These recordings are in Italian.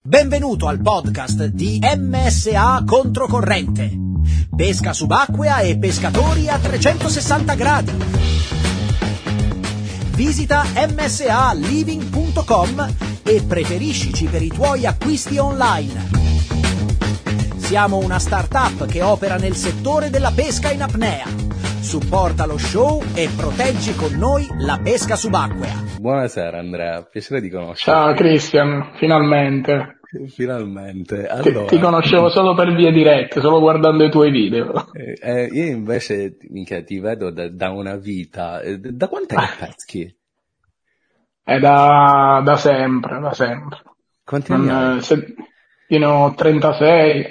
Benvenuto al podcast di MSA Controcorrente. Pesca subacquea e pescatori a 360 gradi. Visita msaliving.com e preferiscici per i tuoi acquisti online. Siamo una startup che opera nel settore della pesca in apnea. Supporta lo show e proteggi con noi la pesca subacquea. Buonasera Andrea, piacere di conoscerti. Ciao Christian, finalmente. Finalmente. Allora, ti conoscevo solo per vie dirette, solo guardando i tuoi video. Io invece, minchia, ti vedo da una vita. Da quant'è che peschi? È da sempre. Quanti anni hai? Io ne ho 36,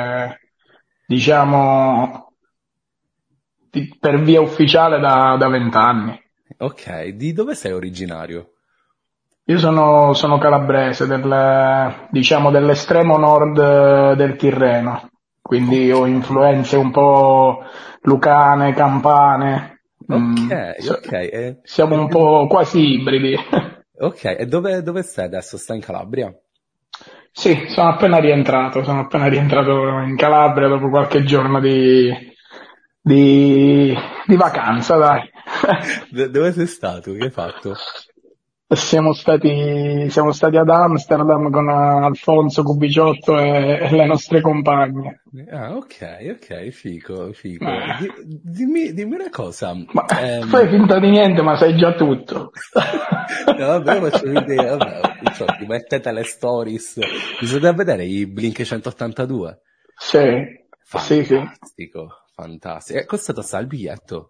diciamo per via ufficiale da 20 anni. Ok, di dove sei originario? Io sono calabrese, dell'estremo nord del Tirreno, quindi ho influenze un po' lucane, campane. Ok. Siamo un po' quasi ibridi. Ok, e dove stai adesso? Stai in Calabria? Sì, sono appena rientrato in Calabria dopo qualche giorno di vacanza, dai. Dove sei stato? Che hai fatto? Siamo stati ad Amsterdam con Alfonso Cubiciotto e le nostre compagne. Ah, ok, figo. Dimmi una cosa. Ma fai finta di niente, ma sai già tutto. No, vabbè, faccio vedere, ti mettete le stories. Bisogna vedere i Blink 182. Sì. Fantastico. E costato sta il biglietto?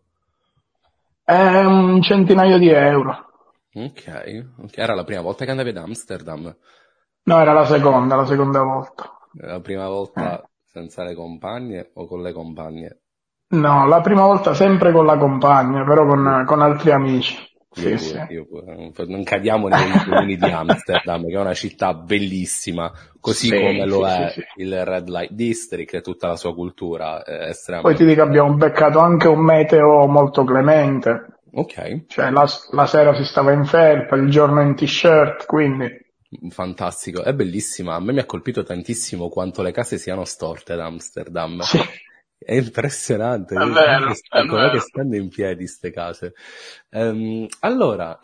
Un centinaio di euro. Ok. Era la prima volta che andavi ad Amsterdam? No, era la seconda volta. La prima volta senza le compagne o con le compagne? No, la prima volta sempre con la compagna, però con altri amici. Io pure. Non cadiamo nei comuni di Amsterdam, che è una città bellissima, così come lo è il Red Light District e tutta la sua cultura estrema. Poi ti dico, abbiamo beccato anche un meteo molto clemente. Ok. Cioè la sera si stava in felpa, il giorno in t-shirt, quindi... Fantastico, è bellissima. A me mi ha colpito tantissimo quanto le case siano storte ad Amsterdam. Sì. È impressionante. È vero. Com'è che stanno in piedi ste case? Allora,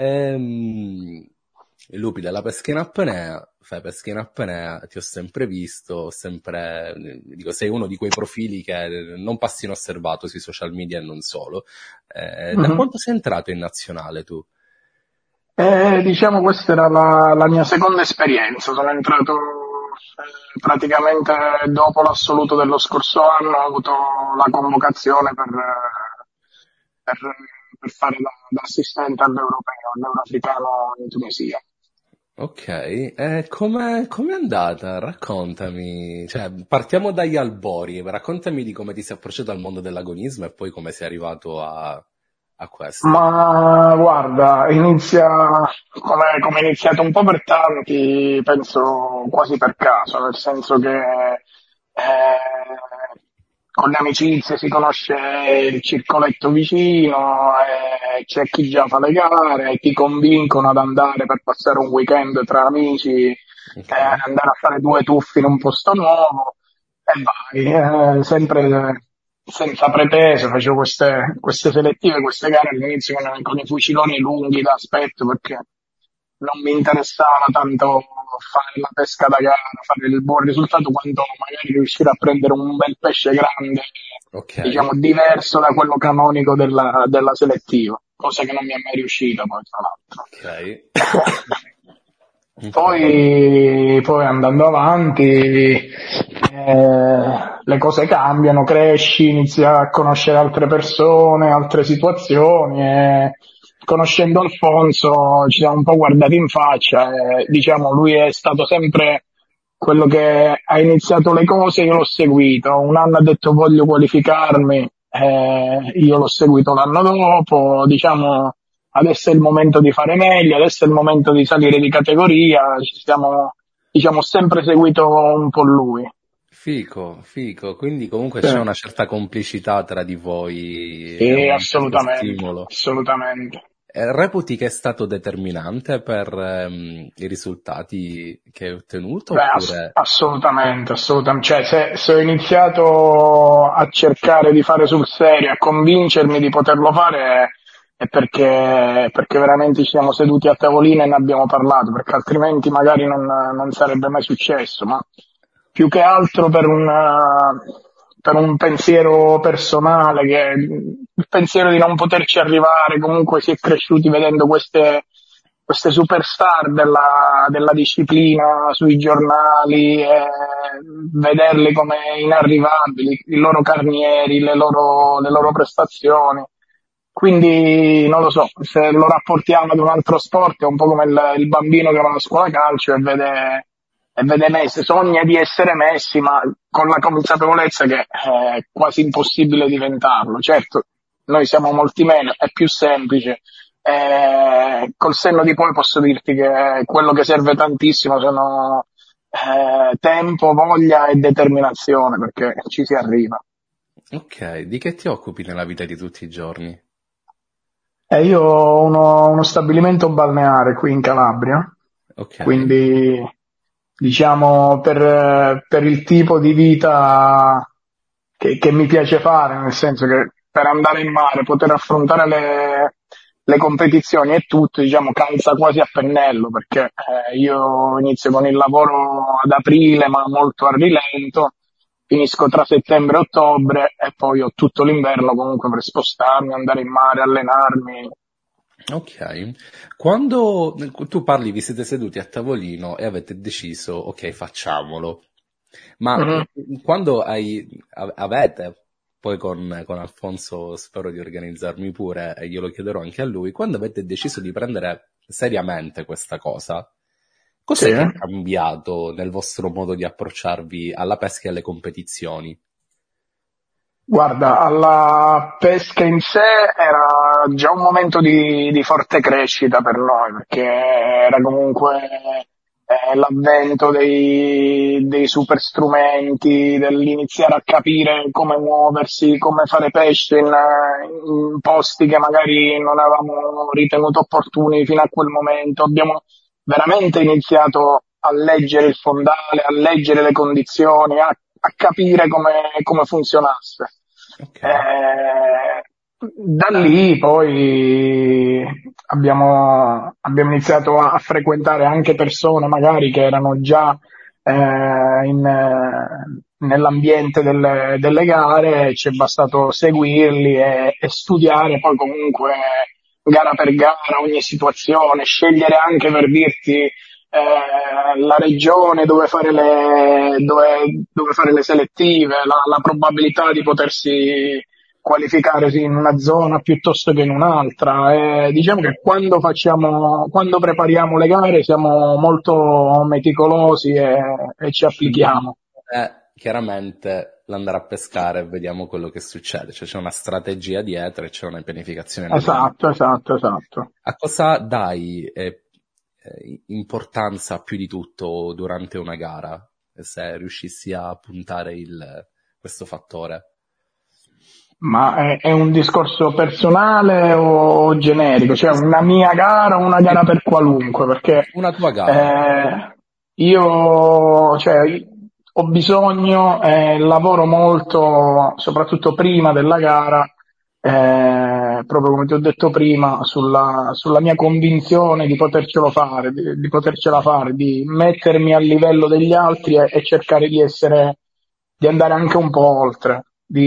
Lupi, della pesca in apnea, fai pesca in apnea, ti ho sempre visto, sei uno di quei profili che non passi inosservato sui social media e non solo. Da quanto sei entrato in nazionale tu? Diciamo questa era la mia seconda esperienza, sono entrato praticamente dopo l'assoluto dello scorso anno, ho avuto la convocazione per fare da assistente all'Euroafricano in Tunisia. Ok, com'è andata? Raccontami, cioè partiamo dagli albori, raccontami di come ti sei approcciato al mondo dell'agonismo e poi come sei arrivato a questo. Ma guarda, inizia come è iniziato un po' per tanti, penso quasi per caso, nel senso che con le amicizie si conosce il circoletto vicino, c'è chi già fa le gare, ti convincono ad andare per passare un weekend tra amici, andare a fare 2 tuffi in un posto nuovo e vai, sempre senza pretese, facevo queste selettive, queste gare all'inizio con i fuciloni lunghi da aspetto perché non mi interessava tanto fare la pesca da gara, fare il buon risultato, quanto magari riuscire a prendere un bel pesce grande, diciamo diverso da quello canonico della selettiva, cosa che non mi è mai riuscita poi tra l'altro. Poi andando avanti le cose cambiano, cresci, inizi a conoscere altre persone, altre situazioni e conoscendo Alfonso ci siamo un po' guardati in faccia e diciamo lui è stato sempre quello che ha iniziato le cose, io l'ho seguito, un anno ha detto voglio qualificarmi, io l'ho seguito l'anno dopo, diciamo adesso è il momento di fare meglio, adesso è il momento di salire di categoria, ci siamo, diciamo, sempre seguito un po' lui. Fico, quindi comunque c'è una certa complicità tra di voi. Sì, assolutamente. Reputi che è stato determinante per i risultati che hai ottenuto? Beh, Oppure... assolutamente, assolutamente. Cioè, se ho iniziato a cercare di fare sul serio, a convincermi di poterlo fare, è perché veramente ci siamo seduti a tavolino e ne abbiamo parlato, perché altrimenti magari non sarebbe mai successo. Ma più che altro per un pensiero personale, che il pensiero di non poterci arrivare, comunque si è cresciuti vedendo queste superstar della disciplina sui giornali, vederli come inarrivabili, i loro carnieri, le loro prestazioni. Quindi non lo so, se lo rapportiamo ad un altro sport è un po' come il bambino che va a scuola calcio e vede Messi, sogna di essere Messi, ma con la consapevolezza che è quasi impossibile diventarlo. Certo, noi siamo molti meno, è più semplice. Col senno di poi posso dirti che quello che serve tantissimo sono tempo, voglia e determinazione, perché ci si arriva. Ok, di che ti occupi nella vita di tutti i giorni? Io ho uno stabilimento balneare qui in Calabria, Ok, quindi diciamo per il tipo di vita che mi piace fare, nel senso che per andare in mare, poter affrontare le competizioni e tutto, diciamo, calza quasi a pennello, perché io inizio con il lavoro ad aprile, ma molto a rilento, finisco tra settembre e ottobre e poi ho tutto l'inverno comunque per spostarmi, andare in mare, allenarmi. ok. Quando tu parli, vi siete seduti a tavolino e avete deciso, ok, facciamolo. Ma Mhm. quando avete, poi con Alfonso spero di organizzarmi pure, e glielo chiederò anche a lui, quando avete deciso di prendere seriamente questa cosa, Sì. cos'è che è cambiato nel vostro modo di approcciarvi alla pesca e alle competizioni? Guarda, alla pesca in sé era già un momento di forte crescita per noi, perché era comunque l'avvento dei super strumenti, dell'iniziare a capire come muoversi, come fare pesce in posti che magari non avevamo ritenuto opportuni fino a quel momento. Abbiamo veramente iniziato a leggere il fondale, a leggere le condizioni, a capire come funzionasse. Ok, Da lì poi abbiamo iniziato a frequentare anche persone magari che erano già nell'ambiente delle gare, ci è bastato seguirli e studiare poi comunque gara per gara ogni situazione, scegliere anche per dirti la regione dove fare le selettive, la probabilità di potersi qualificare in una zona piuttosto che in un'altra. Diciamo che quando prepariamo le gare siamo molto meticolosi e ci applichiamo. chiaramente l'andare a pescare e vediamo quello che succede, cioè c'è una strategia dietro e c'è una pianificazione alle limiti. Esatto, esatto, esatto. A cosa dai importanza più di tutto durante una gara, se riuscissi a puntare questo fattore? Ma è un discorso personale o generico? Cioè una mia gara o una gara per qualunque? Perché Una tua gara. io cioè, ho bisogno, lavoro molto, soprattutto prima della gara, proprio come ti ho detto prima, sulla mia convinzione di potercelo fare, di potercela fare, di mettermi a livello degli altri e cercare di andare anche un po' oltre.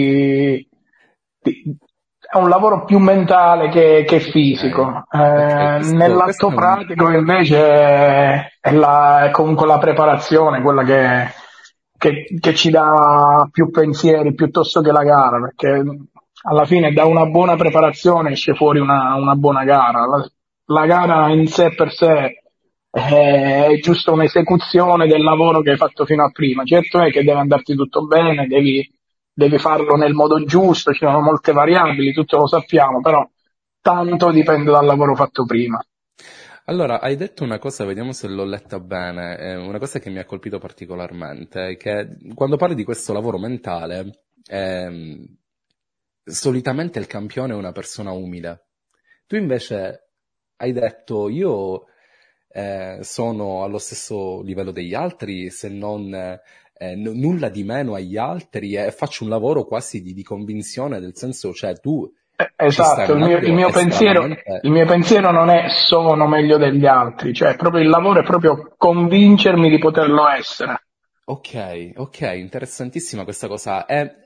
È un lavoro più mentale che Ok, fisico. ok, questo Nell'atto è un... pratico invece è comunque la preparazione quella che ci dà più pensieri piuttosto che la gara, perché alla fine da una buona preparazione esce fuori una buona gara. La gara in sé per sé è giusto un'esecuzione del lavoro che hai fatto fino a prima. Certo è che deve andarti tutto bene, devi farlo nel modo giusto, ci sono molte variabili, tutto lo sappiamo, però tanto dipende dal lavoro fatto prima. Allora, hai detto una cosa, vediamo se l'ho letta bene, una cosa che mi ha colpito particolarmente, è che quando parli di questo lavoro mentale, solitamente il campione è una persona umile. Tu invece hai detto io sono allo stesso livello degli altri, se non nulla di meno agli altri, e faccio un lavoro quasi di convinzione, del senso, cioè tu ci stai Esatto, andando il estremamente. mio pensiero non è sono meglio degli altri, cioè proprio il lavoro è proprio convincermi di poterlo essere. Ok, ok, interessantissima questa cosa.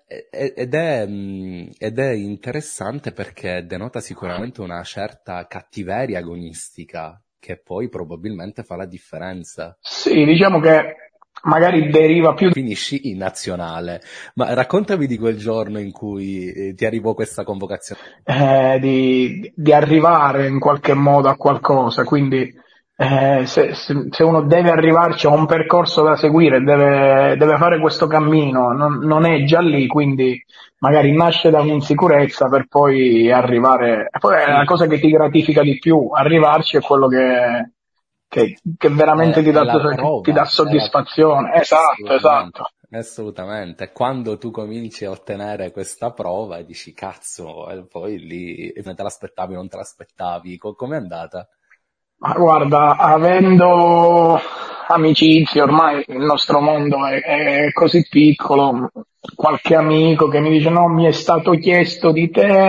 Ed è interessante perché denota sicuramente una certa cattiveria agonistica che poi probabilmente fa la differenza. Sì, diciamo che magari deriva più Finisci in nazionale. Ma raccontami di quel giorno in cui ti arrivò questa convocazione. di arrivare in qualche modo a qualcosa, quindi se uno deve arrivarci a un percorso da seguire, deve fare questo cammino, non è già lì, quindi magari nasce da un'insicurezza per poi arrivare, e poi è la cosa che ti gratifica di più, arrivarci è quello che veramente È la ti dà prova, soddisfazione. Esatto, assolutamente, esatto. assolutamente. Quando tu cominci a ottenere questa prova dici cazzo, e poi lì te l'aspettavi, non te l'aspettavi, com'è andata? Ma guarda, avendo amicizie, ormai il nostro mondo è così piccolo, qualche amico che mi dice no, mi è stato chiesto di te,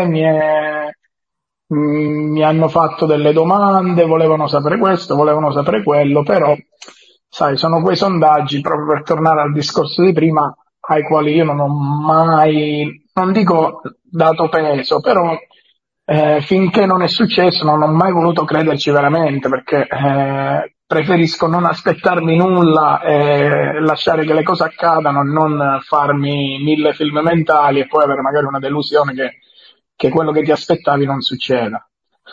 mi hanno fatto delle domande, volevano sapere questo, volevano sapere quello, però, sai, sono quei sondaggi, proprio per tornare al discorso di prima, ai quali io non ho mai, non dico dato peso, però finché non è successo non ho mai voluto crederci veramente, perché preferisco non aspettarmi nulla e lasciare che le cose accadano, non farmi mille film mentali e poi avere magari una delusione che quello che ti aspettavi non succeda.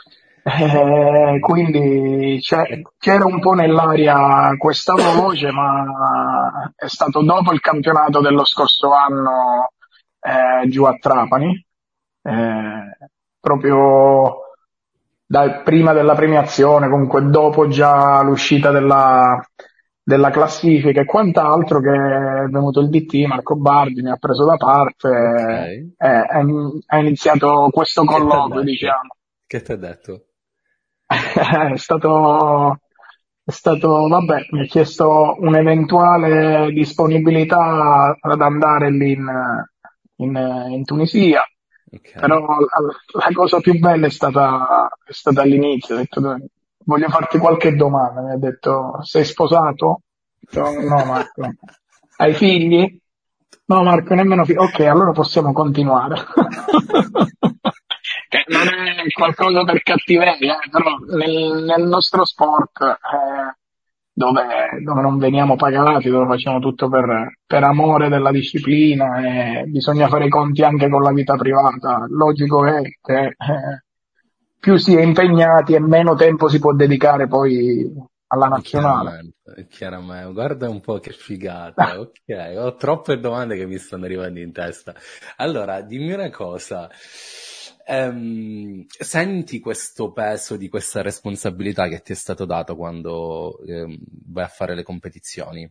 Quindi c'era un po' nell'aria questa voce, ma è stato dopo il campionato dello scorso anno giù a Trapani, proprio prima della premiazione, comunque dopo già l'uscita della classifica e quant'altro, che è venuto il DT, Marco Bardi mi ha preso da Ok. parte e ha iniziato questo Che ti ha colloquio, detto? diciamo. Che ti ha detto? È stato, vabbè, mi ha chiesto un'eventuale disponibilità ad andare lì in Tunisia, Ok. però la cosa più bella è stata all'inizio. Ho detto, voglio farti qualche domanda. Mi ha detto, sei sposato? Ho detto, no, Marco. Hai figli? No, Marco, nemmeno figli. Ok, allora possiamo continuare. Che non è qualcosa per cattiveria, però nel nostro sport, dove non veniamo pagati, dove facciamo tutto per amore della disciplina, e bisogna fare i conti anche con la vita privata. Logico è che più si è impegnati e meno tempo si può dedicare poi alla nazionale. Chiaramente, chiaramente. Guarda un po' che figata. Ok, ho troppe domande che mi stanno arrivando in testa. Allora, dimmi una cosa. Senti questo peso di questa responsabilità che ti è stato dato quando vai a fare le competizioni?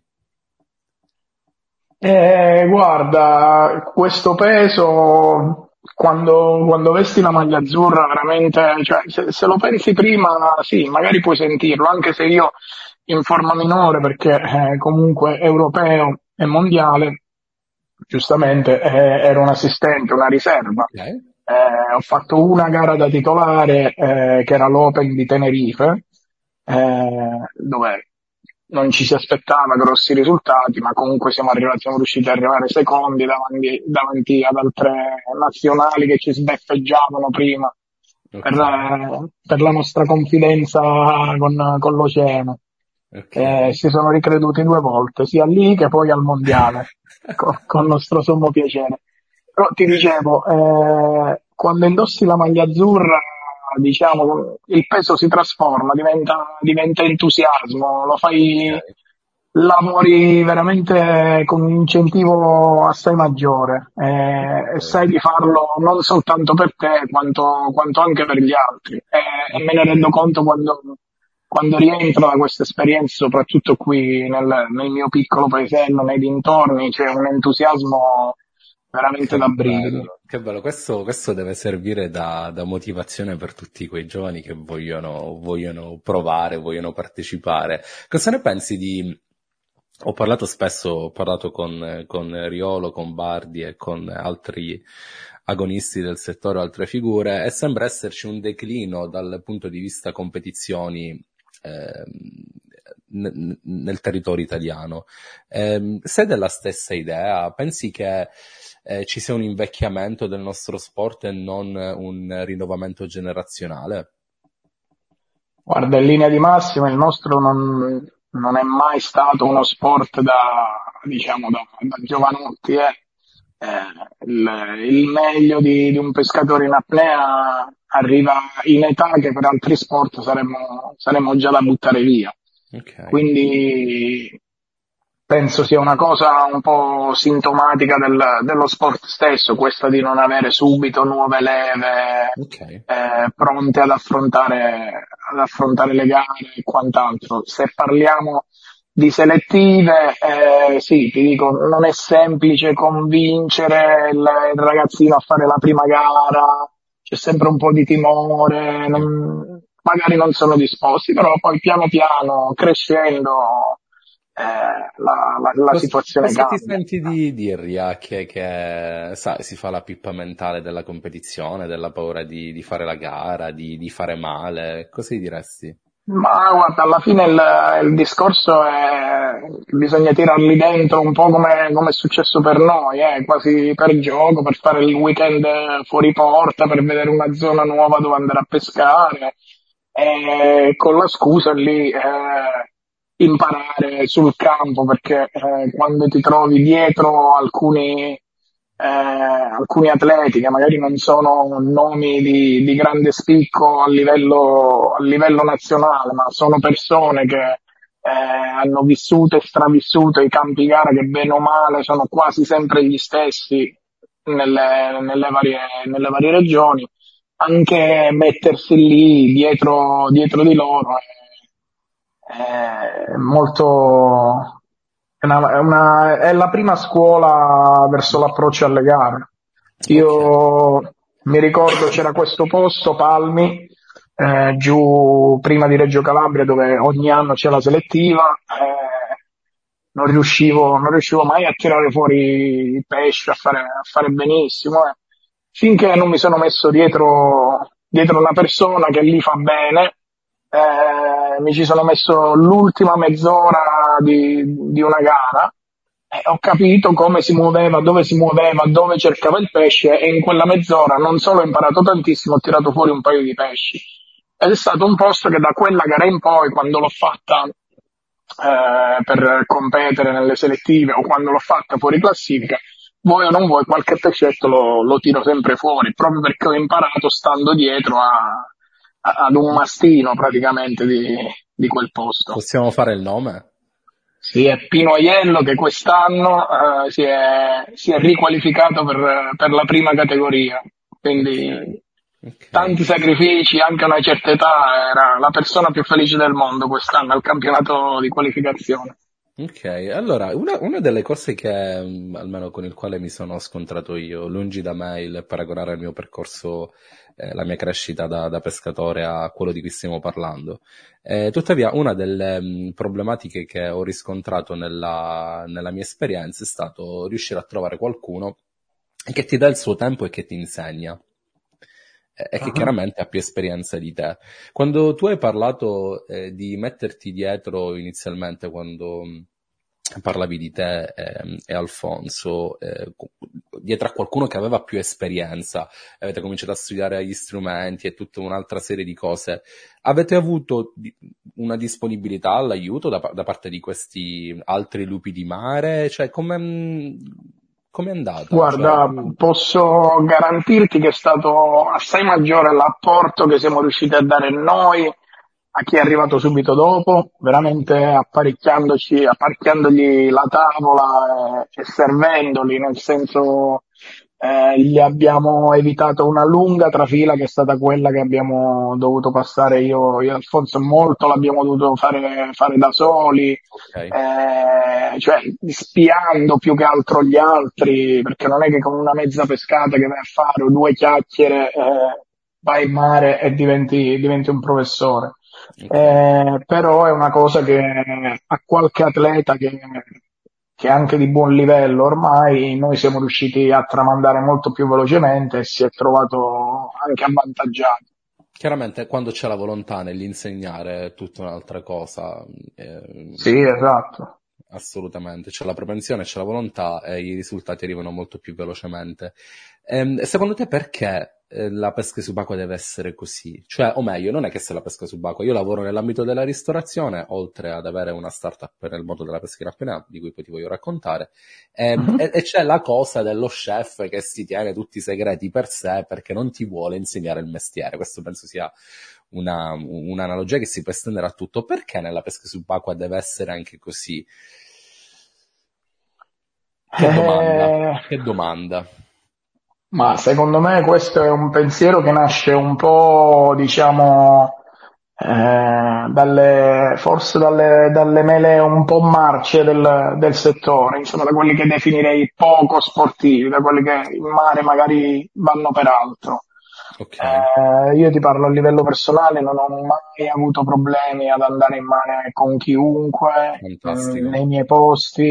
Guarda, questo peso, quando vesti la maglia azzurra, veramente, cioè, se lo pensi prima, sì, magari puoi sentirlo, anche se io in forma minore, perché comunque europeo e mondiale, giustamente ero un assistente, una riserva. Ok, Ho fatto una gara da titolare, che era l'Open di Tenerife, dove non ci si aspettava grossi risultati, ma comunque siamo riusciti ad arrivare secondi davanti ad altre nazionali che ci sbeffeggiavano prima per, ok, per la nostra confidenza con l'oceano. ok. Si sono ricreduti due volte, sia lì che poi al mondiale, con nostro sommo piacere. Però ti dicevo, quando indossi la maglia azzurra, diciamo, il peso si trasforma, diventa entusiasmo, Ok, lavori veramente con un incentivo assai maggiore, e sai ok, di farlo non soltanto per te, quanto anche per gli altri. E me ne rendo ok. conto quando rientro da queste esperienze, soprattutto qui nel mio piccolo paesello, nei dintorni, c'è un entusiasmo veramente da brividi. Che bello, questo deve servire da motivazione per tutti quei giovani che vogliono provare, vogliono partecipare. Cosa ne pensi di... Ho parlato con Riolo, con Bardi e con altri agonisti del settore, altre figure, e sembra esserci un declino dal punto di vista competizioni nel territorio italiano. Sei della stessa idea? Pensi che ci sia un invecchiamento del nostro sport e non un rinnovamento generazionale? Guarda, in linea di massima il nostro non è mai stato uno sport diciamo, da giovanotti. Il meglio di un pescatore in apnea arriva in età che per altri sport saremmo già da buttare via. Okay. Quindi penso sia una cosa un po' sintomatica dello sport stesso, questa di non avere subito nuove leve Okay. pronte ad affrontare le gare e quant'altro. Se parliamo di selettive, sì, ti dico, non è semplice convincere il ragazzino a fare la prima gara, c'è sempre un po' di timore, magari non sono disposti, però poi piano piano, crescendo, la situazione Cosa ti cambia. senti di dirgli che sai, si fa la pippa mentale della competizione, della paura di fare la gara, di fare male? Cosa gli diresti? Ma guarda, alla fine il discorso è che bisogna tirarli dentro un po' come è successo per noi, quasi per gioco, per fare il weekend fuori porta, per vedere una zona nuova dove andare a pescare, e con la scusa lì imparare sul campo, perché quando ti trovi dietro alcuni atleti che magari non sono nomi di grande spicco a livello nazionale, ma sono persone che hanno vissuto e stravissuto i campi gara che bene o male sono quasi sempre gli stessi nelle varie regioni, anche mettersi lì dietro di loro è molto... È la prima scuola verso l'approccio alle gare. Io mi ricordo c'era questo posto, Palmi, giù prima di Reggio Calabria, dove ogni anno c'è la selettiva, non riuscivo mai a tirare fuori il pesce, a fare benissimo, finché non mi sono messo dietro una persona che lì fa bene. Mi ci sono messo l'ultima mezz'ora di una gara e ho capito come si muoveva, dove cercava il pesce, e in quella mezz'ora non solo ho imparato tantissimo, ho tirato fuori un paio di pesci. Ed è stato un posto che da quella gara in poi, quando l'ho fatta per competere nelle selettive o quando l'ho fatta fuori classifica, vuoi o non vuoi, qualche pescetto lo tiro sempre fuori, proprio perché ho imparato stando dietro ad un mastino praticamente di quel posto. Possiamo fare il nome? Sì, è Pino Aiello, che quest'anno si è riqualificato per la prima categoria, quindi Okay. tanti sacrifici, anche a una certa età, era la persona più felice del mondo quest'anno al campionato di qualificazione. Ok, allora, una delle cose che, almeno con il quale mi sono scontrato io, lungi da me il paragonare il mio percorso, la mia crescita da pescatore a quello di cui stiamo parlando, tuttavia una delle problematiche che ho riscontrato nella mia esperienza è stato riuscire a trovare qualcuno che ti dà il suo tempo e che ti insegna. E che chiaramente ha più esperienza di te. Quando tu hai parlato di metterti dietro inizialmente, quando parlavi di te e Alfonso, dietro a qualcuno che aveva più esperienza, avete cominciato a studiare gli strumenti e tutta un'altra serie di cose, avete avuto una disponibilità all'aiuto da parte di questi altri lupi di mare? Cioè, com'è andata? Guarda, posso garantirti che è stato assai maggiore l'apporto che siamo riusciti a dare noi a chi è arrivato subito dopo, veramente apparecchiandogli la tavola e servendoli, nel senso Gli abbiamo evitato una lunga trafila che è stata quella che abbiamo dovuto passare io e Alfonso, molto l'abbiamo dovuto fare da soli, Ok. cioè spiando più che altro gli altri, perché non è che con una mezza pescata che vai a fare o due chiacchiere vai in mare e diventi un professore. Ok. Però è una cosa che a qualche atleta che è anche di buon livello ormai, noi siamo riusciti a tramandare molto più velocemente e si è trovato anche avvantaggiato. Chiaramente quando c'è la volontà nell'insegnare è tutta un'altra cosa. Sì, esatto. Assolutamente, c'è la propensione, c'è la volontà e i risultati arrivano molto più velocemente. Secondo te perché la pesca subacquea deve essere così? Cioè, o meglio, non è che sia la pesca subacquea, io lavoro nell'ambito della ristorazione, oltre ad avere una startup nel mondo della pesca in apnea, di cui poi ti voglio raccontare, Mhm. e c'è la cosa dello chef che si tiene tutti i segreti per sé perché non ti vuole insegnare il mestiere. Questo penso sia un'analogia che si può estendere a tutto. Perché nella pesca subacquea deve essere anche così? Che domanda, Eh, che domanda. Ma secondo me questo è un pensiero che nasce un po', diciamo, forse dalle mele un po' marce del settore, insomma, da quelli che definirei poco sportivi, da quelli che in mare magari vanno per altro. Ok, Io ti parlo a livello personale, non ho mai avuto problemi ad andare in mare con chiunque, fantastico. nei miei posti,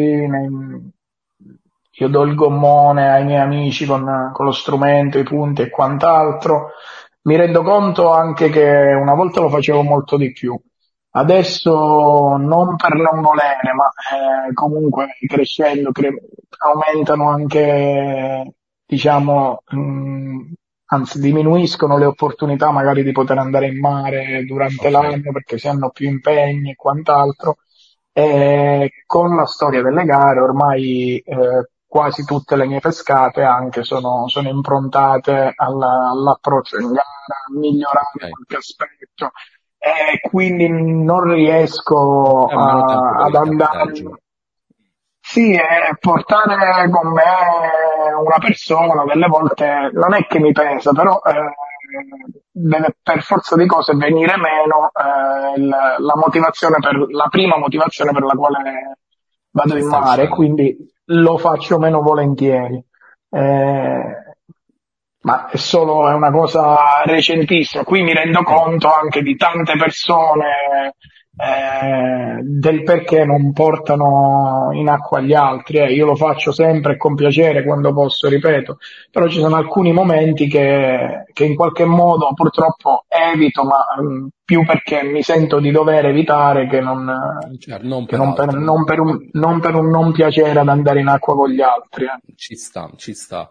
io do il gommone ai miei amici con lo strumento, i punti e quant'altro. Mi rendo conto anche che una volta lo facevo molto di più. Adesso non per non volere, ma comunque crescendo aumentano anche, diciamo, anzi diminuiscono le opportunità magari di poter andare in mare durante Ok, l'anno perché si hanno più impegni e quant'altro. E con la storia delle gare ormai quasi tutte le mie pescate anche sono improntate all'approccio in gara, a migliorare ok. qualche aspetto e quindi non riesco C'è meno tempo per ad il andare. campeggio. Sì, portare con me una persona delle volte non è che mi pesa, però deve per forza di cose venire meno la motivazione la prima motivazione per la quale vado Ci in stai mare, uscendo. quindi lo faccio meno volentieri. Eh, ma è una cosa recentissima. Qui mi rendo Sì. conto anche di tante persone del perché non portano in acqua gli altri. Io lo faccio sempre e con piacere quando posso, ripeto, però ci sono alcuni momenti che in qualche modo purtroppo evito, ma più perché mi sento di dover evitare Certo, non che per altro. non per un non piacere ad andare in acqua con gli altri. Ci sta, ci sta.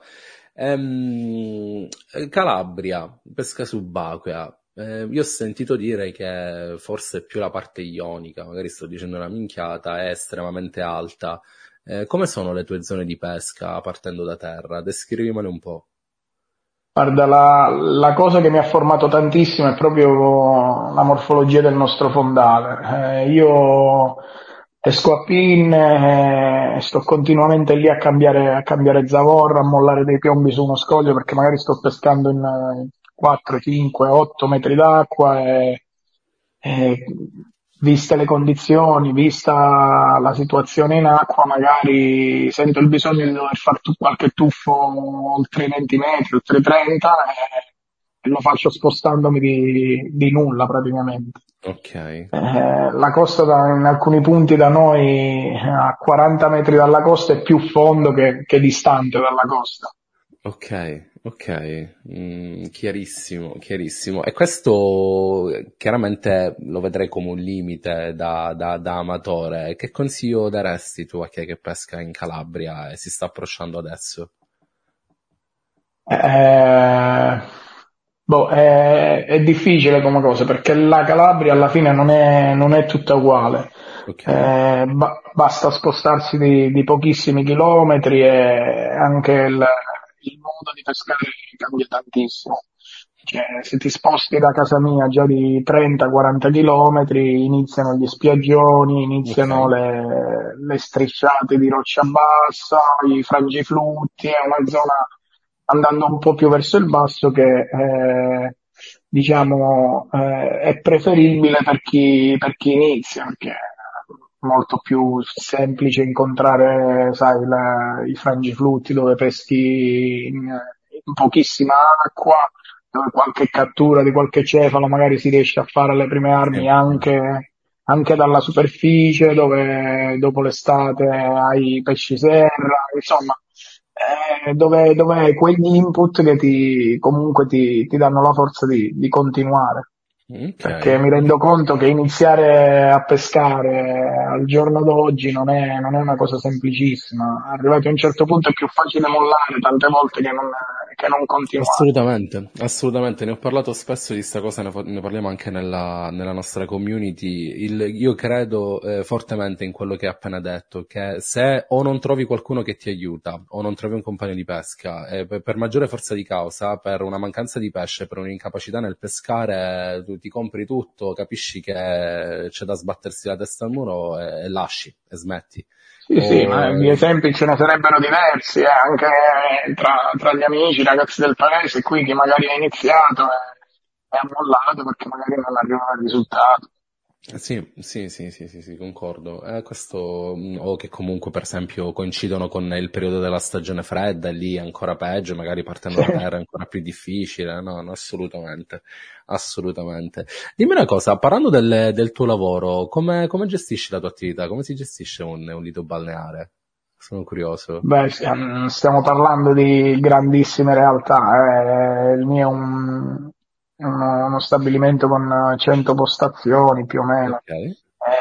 Calabria, pesca subacquea. Io ho sentito dire che forse più la parte ionica, magari sto dicendo una minchiata, è estremamente alta. Come sono le tue zone di pesca partendo da terra? Descrivimele un po'. Guarda, la cosa che mi ha formato tantissimo è proprio la morfologia del nostro fondale. Io esco a pin e sto continuamente lì a cambiare zavorra, a mollare dei piombi su uno scoglio perché magari sto pescando in 4, 5, 8 metri d'acqua e viste le condizioni, vista la situazione in acqua, magari sento il bisogno di dover fare qualche tuffo oltre i 20 metri, oltre i 30 e lo faccio spostandomi di nulla praticamente. Ok, La costa in alcuni punti da noi a 40 metri dalla costa è più fondo che distante dalla costa. ok, ok, chiarissimo, chiarissimo. E questo chiaramente lo vedrei come un limite da amatore. Che consiglio daresti tu a chi è che pesca in Calabria e si sta approcciando adesso? Eh, è difficile come cosa perché la Calabria alla fine non è tutta uguale. Ok, Basta spostarsi di pochissimi chilometri e anche il modo di pescare cambia tantissimo. Cioè, se ti sposti da casa mia già di 30-40 chilometri, iniziano gli spiaggioni, ok, iniziano le strisciate di roccia bassa, i frangiflutti, è una zona andando un po' più verso il basso che diciamo è preferibile per chi inizia, perché è molto più semplice incontrare, sai, i frangiflutti dove peschi in pochissima acqua, dove qualche cattura di qualche cefalo magari si riesce a fare le prime armi anche dalla superficie, dove dopo l'estate hai pesci serra, insomma, dove hai quegli input che comunque ti danno la forza di continuare. Perché mi rendo conto che iniziare a pescare al giorno d'oggi non è una cosa semplicissima. Arrivati a un certo punto è più facile mollare tante volte che non continuare. Assolutamente, ne ho parlato spesso di sta cosa, ne parliamo anche nella nostra community. Io credo fortemente in quello che hai appena detto, che se o non trovi qualcuno che ti aiuta, o non trovi un compagno di pesca, per maggiore forza di causa, per una mancanza di pesce, per un'incapacità nel pescare, tu ti compri tutto, capisci che c'è da sbattersi la testa al muro e lasci, e smetti. Sì, ma gli esempi ce ne sarebbero diversi, anche tra gli amici, i ragazzi del paese, qui chi magari ha iniziato e ha mollato perché magari non arriva al risultato. Sì, concordo. Questo, o che comunque per esempio coincidono con il periodo della stagione fredda e lì è ancora peggio, magari partendo da terra è ancora più difficile. No, assolutamente. Dimmi una cosa, parlando del tuo lavoro, come gestisci la tua attività? Come si gestisce un lido balneare? Sono curioso. Beh, stiamo parlando di grandissime realtà. Il mio è uno stabilimento con 100 postazioni più o meno, Ok.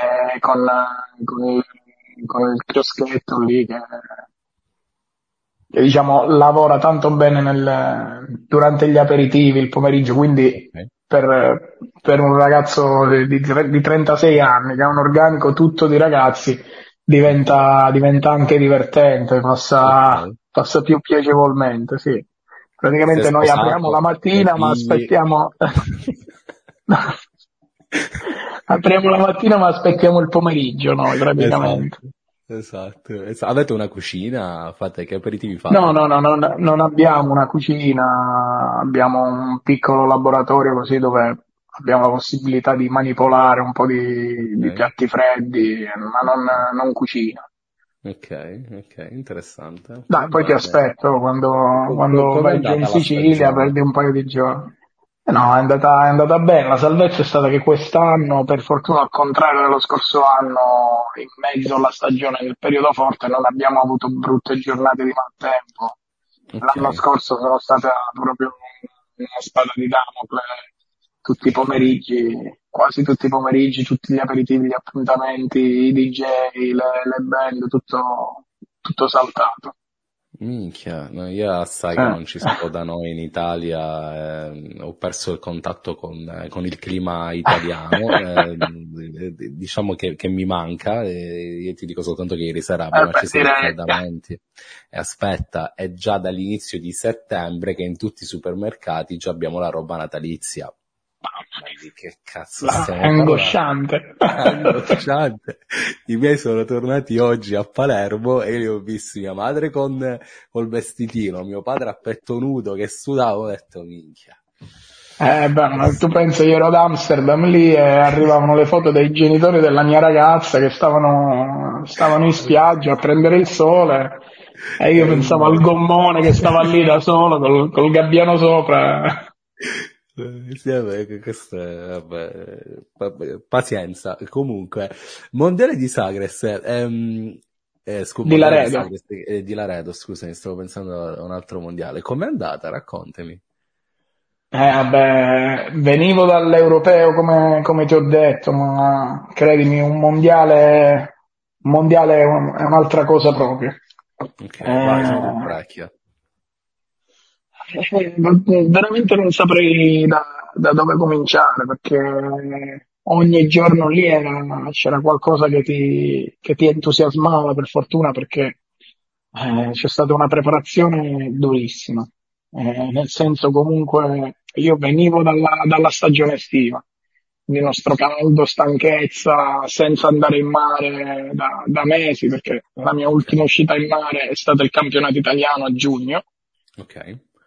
con il chioschetto lì che diciamo lavora tanto bene durante gli aperitivi, il pomeriggio, quindi Ok. per un ragazzo di 36 anni che ha un organico tutto di ragazzi diventa anche divertente, Ok. passa più piacevolmente, sì. Sei Praticamente noi apriamo la sposato? Hai mattina, ma figli? aspettiamo, apriamo la mattina, ma aspettiamo il pomeriggio noi praticamente. Esatto. Avete una cucina? Che aperitivi No, fate? no, no, non abbiamo una cucina, abbiamo un piccolo laboratorio così dove abbiamo la possibilità di manipolare un po' di Ok, piatti freddi, ma non cucina. ok, interessante. Va Dai, poi ti bene. aspetto quando Com'è vai giù in andata la Sicilia, stagione? perdi un paio di giorni. No, è andata bene. La salvezza è stata che quest'anno, per fortuna, al contrario dello scorso anno, in mezzo alla stagione del periodo forte, non abbiamo avuto brutte giornate di maltempo. Ok. L'anno scorso sono stata proprio una spada di Damocle, tutti i pomeriggi, quasi tutti i pomeriggi, tutti gli aperitivi, gli appuntamenti, i DJ, le band, tutto saltato. Minchia, no, io sai Sì. che non ci sto da noi in Italia, ho perso il contatto con il clima italiano, diciamo che mi manca, io ti dico soltanto che ieri sera abbiamo Beh, acceso i direi. riscaldamenti e aspetta, è già dall'inizio di settembre che in tutti i supermercati già abbiamo la roba natalizia. Ma di che cazzo È stiamo parlando? angosciante. Angosciante. I miei sono tornati oggi a Palermo e io li ho visti mia madre col vestitino, mio padre a petto nudo che sudava, ho detto minchia. Beh, ma tu pensi, io ero ad Amsterdam lì e arrivavano le foto dei genitori della mia ragazza che stavano in spiaggia a prendere il sole e io pensavo al gommone che stava lì da solo col gabbiano sopra. Sì, vabbè, questo vabbè, pazienza. Comunque, Mondiale di Sagres, Di Mondiale di Laredo. Sagres, di Laredo, scusami, stavo pensando a un altro mondiale. Com'è andata? Raccontami. Vabbè, venivo dall'europeo come ti ho detto, ma credimi, un mondiale è un'altra cosa proprio. Ok, vai, sono tutto Eh, orecchio. veramente non saprei da dove cominciare perché ogni giorno lì c'era qualcosa che ti entusiasmava per fortuna perché c'è stata una preparazione durissima. Nel senso comunque io venivo dalla stagione estiva, quindi nostro caldo, stanchezza, senza andare in mare da mesi perché la mia Ok, ultima uscita in mare è stato il campionato italiano a giugno. ok,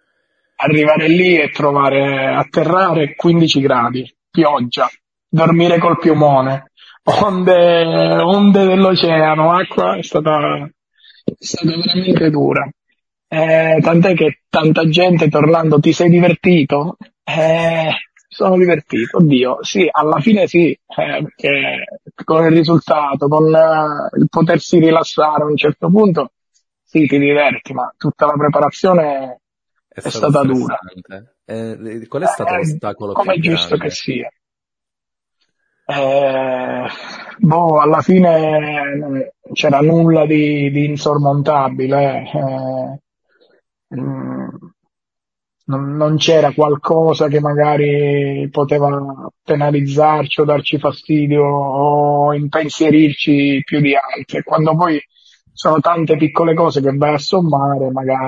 arrivare lì e atterrare 15 gradi, pioggia, dormire col piumone, onde dell'oceano, acqua, è stata veramente dura. Tant'è che tanta gente tornando, ti sei divertito? Sono divertito, oddio, sì, alla fine sì, perché con il risultato, con il potersi rilassare a un certo punto, sì, ti diverti, ma tutta la preparazione È è stato stata dura. stressante. Qual è stato l'ostacolo Come più è giusto che grande? sia. Eh, alla fine c'era nulla di insormontabile. Mm, non c'era qualcosa che magari poteva penalizzarci o darci fastidio o impensierirci più di altre. Quando poi sono tante piccole cose che vai a sommare,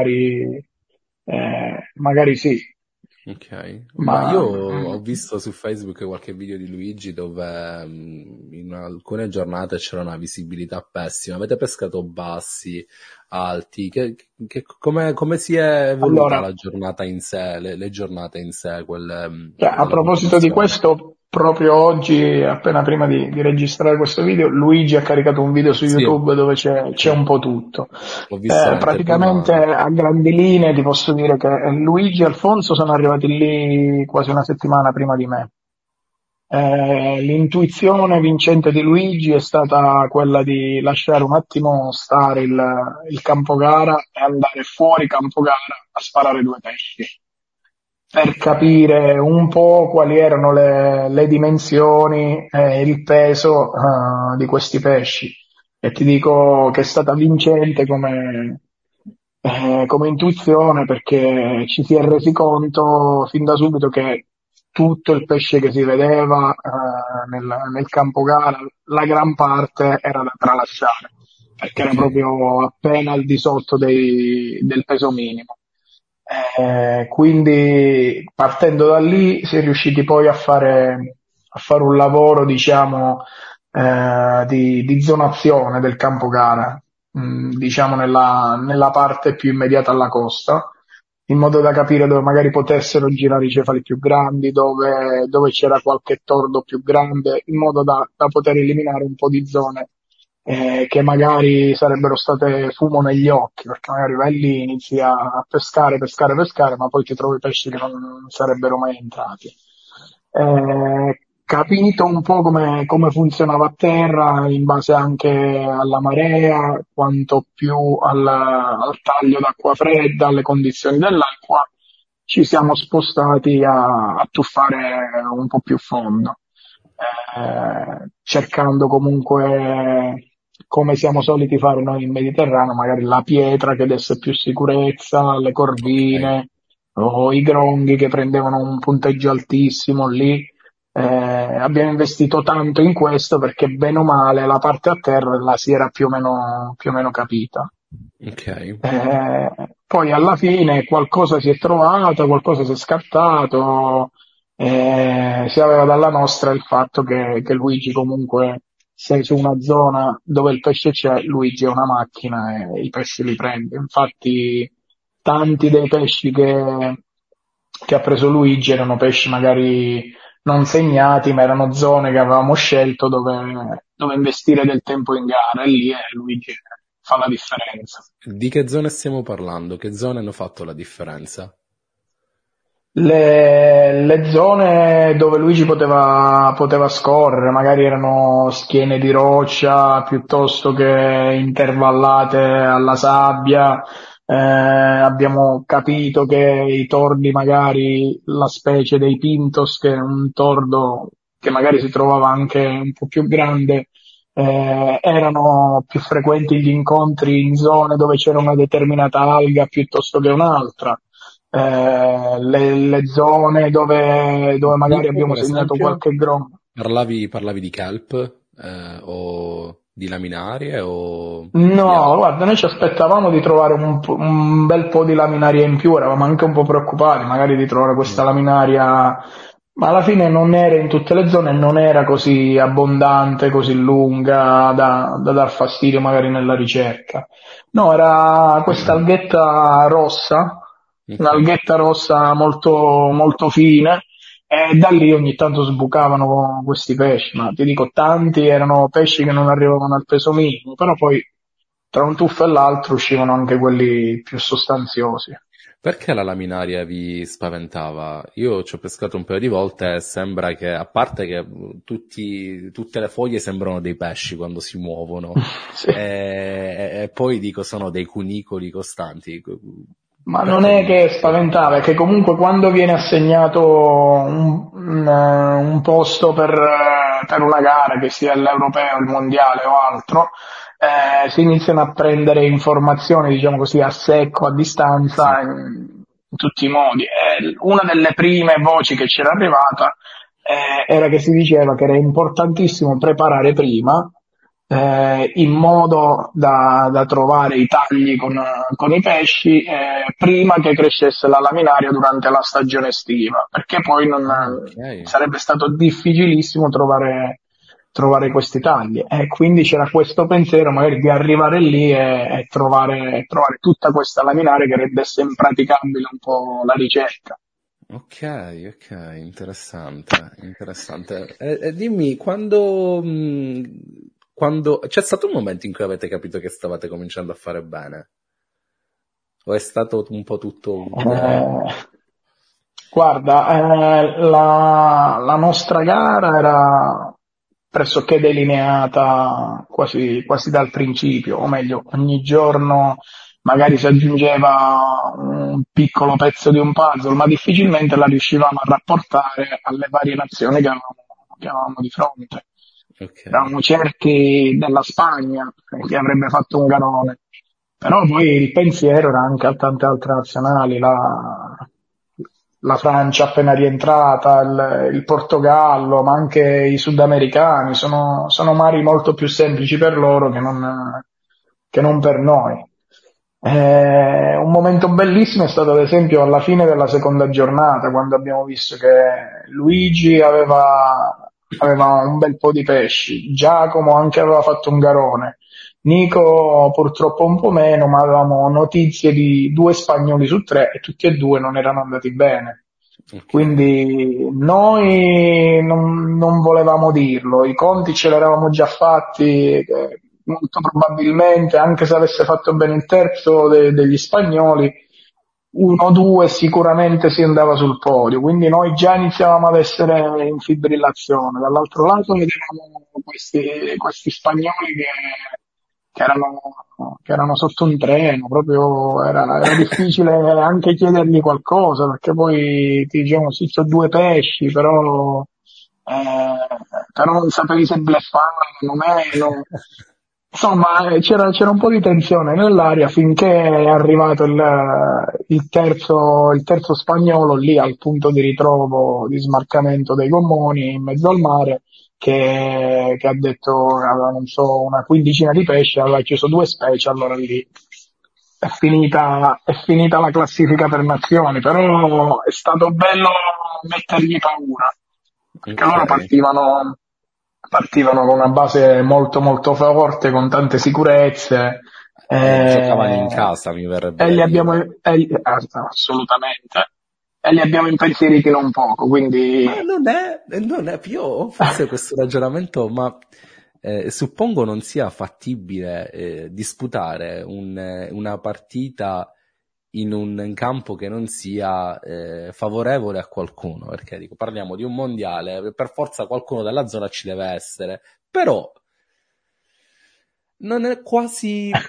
magari sì, Ok, ma ma io ho visto su Facebook qualche video di Luigi dove in alcune giornate c'era una visibilità pessima. Avete pescato bassi, alti? Come si è evoluta allora. la giornata in sé, le giornate in sé, quelle A della proposito di preparazione? questo, proprio oggi, appena prima di registrare questo video, Luigi ha caricato un video su Sì, YouTube dove c'è sì, un po' tutto. ho visto Praticamente l'anteprima. a grandi linee ti posso dire che Luigi e Alfonso sono arrivati lì quasi una settimana prima di me. L'intuizione vincente di Luigi è stata quella di lasciare un attimo stare il campo gara e andare fuori campo gara a sparare due pesci per Ok, capire un po' quali erano le dimensioni e il peso di questi pesci. E ti dico che è stata vincente come intuizione perché ci si è resi conto fin da subito che tutto il pesce che si vedeva nel campo gara, la gran parte era da tralasciare perché era ok, proprio appena al di sotto del peso minimo. Quindi partendo da lì si è riusciti poi a fare un lavoro, diciamo, di zonazione del campo gara, diciamo nella parte più immediata alla costa, in modo da capire dove magari potessero girare i cefali più grandi, dove c'era qualche tordo più grande, in modo da poter eliminare un po' di zone che magari sarebbero state fumo negli occhi, perché magari vai lì, inizi a pescare, pescare, pescare, ma poi ti trovi pesci che non sarebbero mai entrati. Capito un po' come funzionava a terra, in base anche alla marea, quanto più al taglio d'acqua fredda, alle condizioni dell'acqua, ci siamo spostati a tuffare un po' più fondo, cercando comunque, come siamo soliti fare noi in Mediterraneo, magari la pietra che desse più sicurezza, le ok. corvine o i gronghi che prendevano un punteggio altissimo lì. Abbiamo investito tanto in questo perché bene o male la parte a terra la si era più o meno capita. Ok, Poi alla fine qualcosa si è trovato, qualcosa si è scartato, si aveva dalla nostra il fatto che Luigi comunque, se su una zona dove il pesce c'è, Luigi è una macchina e i pesci li prende. Infatti tanti dei pesci che ha preso Luigi erano pesci magari non segnati, ma erano zone che avevamo scelto dove investire del tempo in gara e lì Luigi fa la differenza. di che zone stiamo parlando? Che zone hanno fatto la differenza? Le zone dove Luigi poteva scorrere, magari erano schiene di roccia piuttosto che intervallate alla sabbia. Abbiamo capito che i tordi, magari la specie dei Pintos, che è un tordo che magari si trovava anche un po' più grande, erano più frequenti gli incontri in zone dove c'era una determinata alga piuttosto che un'altra, le zone dove magari Tipo, abbiamo per segnato esempio, qualche grom. parlavi di kelp o di laminarie o di No, altro? guarda, noi ci aspettavamo di trovare un bel po' di laminaria in più, eravamo anche un po' preoccupati magari di trovare questa Mm. laminaria, ma alla fine non era in tutte le zone, non era così abbondante, così lunga da dar fastidio magari nella ricerca. No, era questa alghetta rossa, Ok. un'alghetta rossa molto, molto fine, e da lì ogni tanto sbucavano questi pesci, ma ti dico, tanti erano pesci che non arrivavano al peso minimo, però poi tra un tuffo e l'altro uscivano anche quelli più sostanziosi. Perché la laminaria vi spaventava? Io ci ho pescato un paio di volte e sembra che, a parte che tutte le foglie sembrano dei pesci quando si muovono, Sì. e poi dico sono dei cunicoli costanti. Ma non Perché è vi che spaventava, è che comunque quando viene assegnato un posto per una gara, che sia l'europeo, il mondiale o altro, si iniziano a prendere informazioni, diciamo così, a secco, a Sì. distanza, in tutti i modi. Una delle prime voci che c'era arrivata era che si diceva che era importantissimo preparare prima, in modo da trovare i tagli con i pesci prima che crescesse la laminaria durante la stagione estiva, perché poi Ah, ok. sarebbe stato difficilissimo trovare questi tagli. E quindi c'era questo pensiero magari di arrivare lì e trovare tutta questa laminaria che rendesse impraticabile un po' la ricerca. Ok, ok, interessante, interessante. E dimmi, quando c'è stato un momento in cui avete capito che stavate cominciando a fare bene? O è stato un po' tutto Eh, Guarda, la nostra gara era pressoché delineata quasi dal principio, o meglio, ogni giorno magari si aggiungeva un piccolo pezzo di un puzzle, ma difficilmente la riuscivamo a rapportare alle varie nazioni che avevamo di fronte. Ok, Eravamo certi della Spagna, che avrebbe fatto un garone, però poi il pensiero era anche a tante altre nazionali, la Francia appena rientrata, il Portogallo, ma anche i sudamericani, sono mari molto più semplici per loro che non per noi. Un momento bellissimo è stato ad esempio alla fine della seconda giornata, quando abbiamo visto che Luigi aveva un bel po' di pesci, Giacomo anche aveva fatto un garone, Nico purtroppo un po' meno, ma avevamo notizie di due spagnoli su tre e tutti e due non erano andati bene. ok. Quindi noi non volevamo dirlo, i conti ce li eravamo già fatti, molto probabilmente, anche se avesse fatto bene il terzo degli spagnoli, uno o due sicuramente si andava sul podio, quindi noi già iniziavamo ad essere in fibrillazione. Dall'altro lato vedevamo questi spagnoli che erano sotto un treno, proprio era difficile anche chiedergli qualcosa, perché poi ti dicevano sì, c'ho due pesci, però non sapevi se bleffavano o meno. Insomma, c'era un po' di tensione nell'aria finché è arrivato il terzo spagnolo lì al punto di ritrovo, di smarcamento dei gommoni in mezzo al mare, che ha detto che aveva, non so, una quindicina di pesci, aveva chiuso due specie, allora lì è finita la classifica per nazioni, però è stato bello mettergli paura, perché Ok. loro partivano con una base molto molto forte, con tante sicurezze, Giocavano in eh, casa, mi verrebbe e da li abbiamo, dire. assolutamente, e li abbiamo impensieriti non poco, quindi Ma non è più, forse questo ragionamento, ma suppongo non sia fattibile disputare una partita in un campo che non sia favorevole a qualcuno, perché dico, parliamo di un mondiale, per forza qualcuno della zona ci deve essere, però non è quasi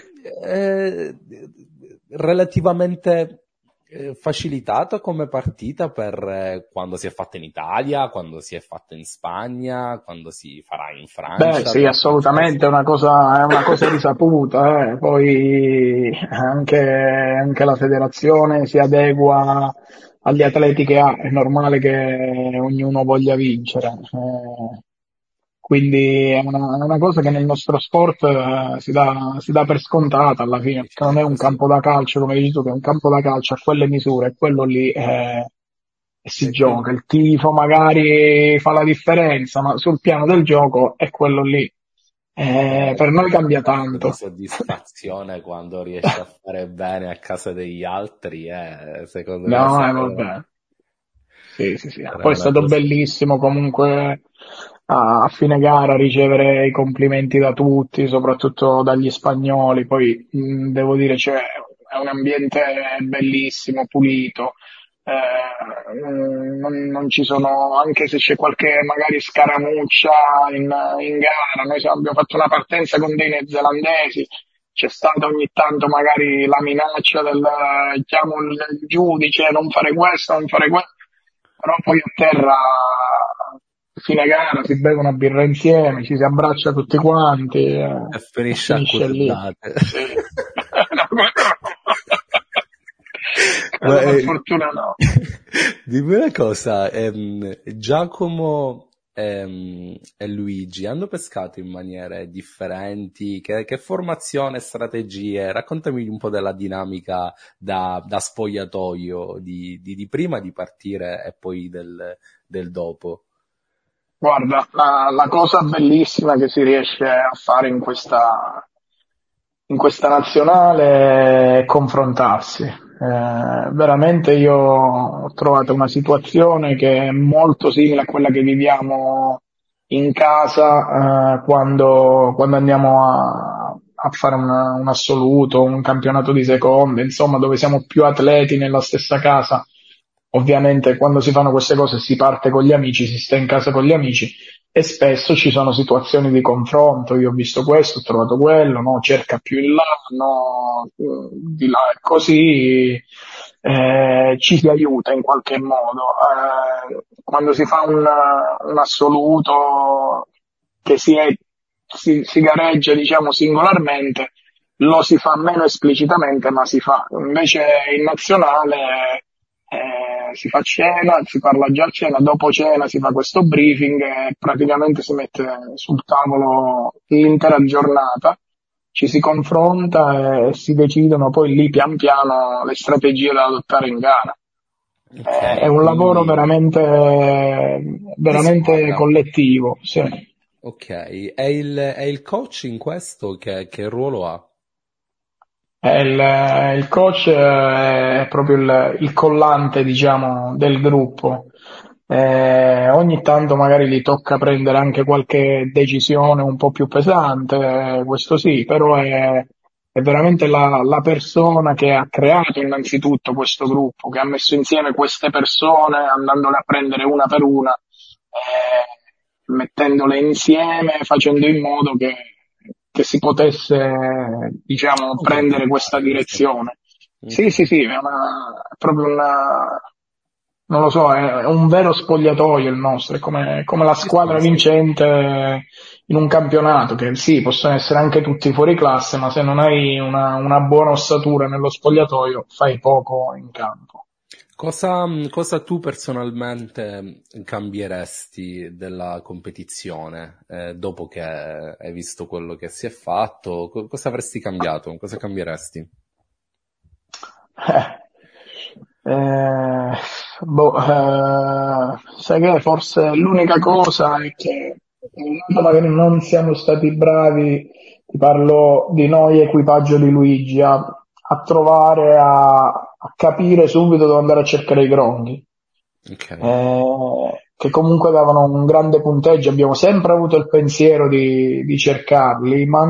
relativamente facilitata come partita per quando si è fatta in Italia, quando si è fatta in Spagna, quando si farà in beh, Francia, sì, per qualsiasi. assolutamente, è una cosa risaputa, poi anche la federazione si adegua agli atleti che ha, è normale che ognuno voglia vincere, quindi è una cosa che nel nostro sport si dà per scontata alla fine, perché non È è un così. campo da calcio, come dici tu, che è un campo da calcio a quelle misure, e quello lì e si E quindi, gioca. Il tifo magari fa la differenza, ma sul piano del gioco è quello lì. Per noi cambia La tanto. soddisfazione quando riesci a fare bene a casa degli altri è, secondo me, No, sempre vabbè. Sì, sì, sì. era Poi è una stato cosa. bellissimo comunque a fine gara ricevere i complimenti da tutti, soprattutto dagli spagnoli. Poi devo dire, è un ambiente bellissimo, pulito. Non ci sono, anche se c'è qualche magari scaramuccia in gara, abbiamo fatto una partenza con dei neozelandesi, c'è stata ogni tanto magari la minaccia del chiamo il giudice, non fare questo, non fare quello, però poi a terra, fine gara, si beve una birra insieme, ci si abbraccia tutti quanti E e finisce a finisce lì. cutellate. Sì. No, Ma, quello per fortuna no. dimmi una cosa, Giacomo e Luigi hanno pescato in maniere differenti? Che formazione, strategie? Raccontami un po' della dinamica da spogliatoio di prima di partire e poi del dopo. Guarda, la cosa bellissima che si riesce a fare in questa nazionale è confrontarsi. Veramente io ho trovato una situazione che è molto simile a quella che viviamo in casa quando andiamo a fare un assoluto, un campionato di seconda, insomma, dove siamo più atleti nella stessa casa. Ovviamente quando si fanno queste cose si parte con gli amici, si sta in casa con gli amici e spesso ci sono situazioni di confronto. Io ho visto questo, ho trovato quello, no, cerca più in là, no, di là, e così ci si aiuta in qualche modo. Quando si fa un assoluto che si gareggia, diciamo, singolarmente, lo si fa meno esplicitamente, ma si fa. Invece in nazionale si fa cena, si parla già a cena, dopo cena si fa questo briefing e praticamente si mette sul tavolo l'intera giornata, ci si confronta e si decidono poi lì pian piano le strategie da adottare in gara. È Ok, un lavoro quindi di veramente squadra. collettivo, sì. Ok, e il coach in questo che ruolo ha? Il coach è proprio il collante, diciamo, del gruppo. Ogni tanto magari gli tocca prendere anche qualche decisione un po' più pesante, questo sì, però è veramente la persona che ha creato innanzitutto questo gruppo, che ha messo insieme queste persone, andandole a prendere una per una, mettendole insieme, facendo in modo che si potesse, diciamo, prendere questa Organizzare questa cosa. direzione. Sì, sì, Ok. sì, è proprio non lo so, è un vero spogliatoio il nostro, è come la Sì, sì, squadra sì. vincente in un campionato, che sì, possono essere anche tutti fuori classe, ma se non hai una buona ossatura nello spogliatoio, fai poco in campo. Cosa tu personalmente cambieresti della competizione dopo che hai visto quello che si è fatto? Cosa avresti cambiato? Cosa cambieresti? Eh, eh, sai che forse l'unica cosa è che magari non siamo stati bravi, ti parlo di noi equipaggio di Luigi, a trovare, a capire subito dove andare a cercare i gronghi, Ok. che comunque davano un grande punteggio. Abbiamo sempre avuto il pensiero di cercarli, ma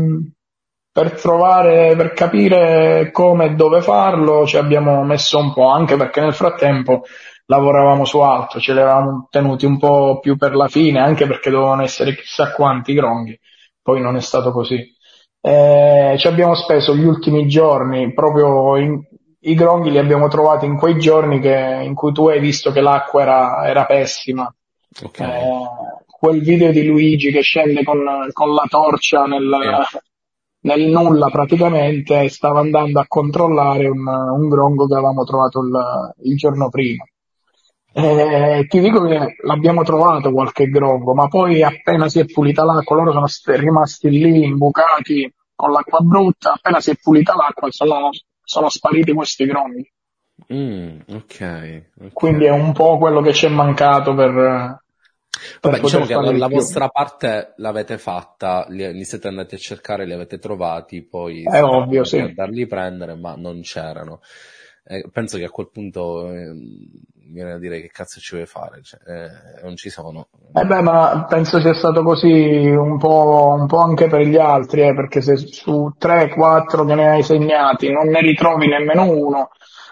per capire come e dove farlo ci abbiamo messo un po', anche perché nel frattempo lavoravamo su altro, ce li avevamo tenuti un po' più per la fine, anche perché dovevano essere chissà quanti gronghi, poi non è stato così. Ci abbiamo speso gli ultimi giorni, i gronghi li abbiamo trovati in quei giorni in cui tu hai visto che l'acqua era pessima. Ok. Quel video di Luigi che scende con la torcia Sì. nel nulla praticamente, e stava andando a controllare un grongo che avevamo trovato il giorno prima. Ti dico che l'abbiamo trovato qualche grongo, ma poi appena si è pulita l'acqua, loro sono rimasti lì imbucati con l'acqua brutta, appena si è pulita l'acqua sono spariti questi gronghi. Ok, ok. Quindi è un po' quello che ci è mancato Vabbè, diciamo che la vostra parte l'avete fatta, li siete andati a cercare, li avete trovati, poi È ovvio, sì. a darli prendere, ma non c'erano. Penso che a quel punto viene a dire che cazzo ci vuoi fare, cioè, non ci sono. Ma penso sia stato così un po' anche per gli altri, perché se su 3-4 che ne hai segnati non ne ritrovi nemmeno uno,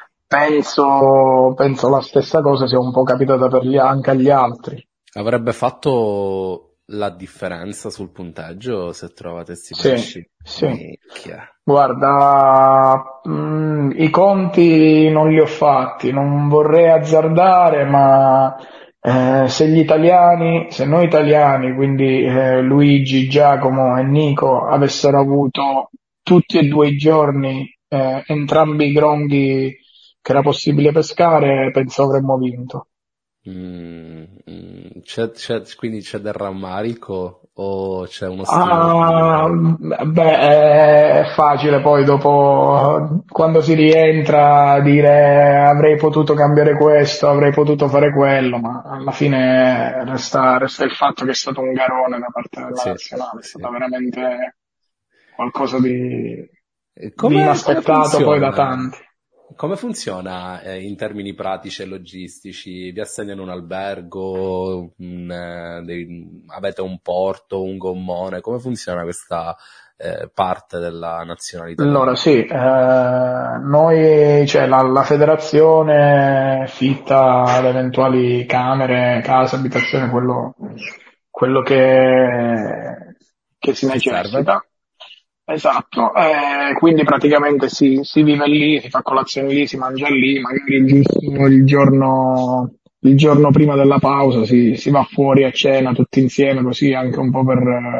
penso la stessa cosa sia un po' capitata anche agli altri. Avrebbe fatto la differenza sul punteggio se trovate questi pesci? Sì. Guarda, i conti non li ho fatti, non vorrei azzardare, ma se noi italiani, quindi Luigi, Giacomo e Nico, avessero avuto tutti e 2 i giorni entrambi i gronghi che era possibile pescare, penso avremmo vinto. Quindi c'è del rammarico o c'è uno stile? È facile poi dopo, quando si rientra, dire avrei potuto cambiare questo, avrei potuto fare quello, ma alla fine resta il fatto che è stato un garone da parte della nazionale, è stato veramente qualcosa di inaspettato poi da tanti. Come funziona in termini pratici e logistici? Vi assegnano un albergo, avete un porto, un gommone? Come funziona questa parte della nazionalità? Allora sì, noi, cioè la federazione fitta ad eventuali camere, case, abitazioni, quello che si necessita. Serve? Esatto, quindi praticamente si vive lì, si fa colazione lì, si mangia lì, magari giusto il giorno prima della pausa si va fuori a cena tutti insieme, così anche un po'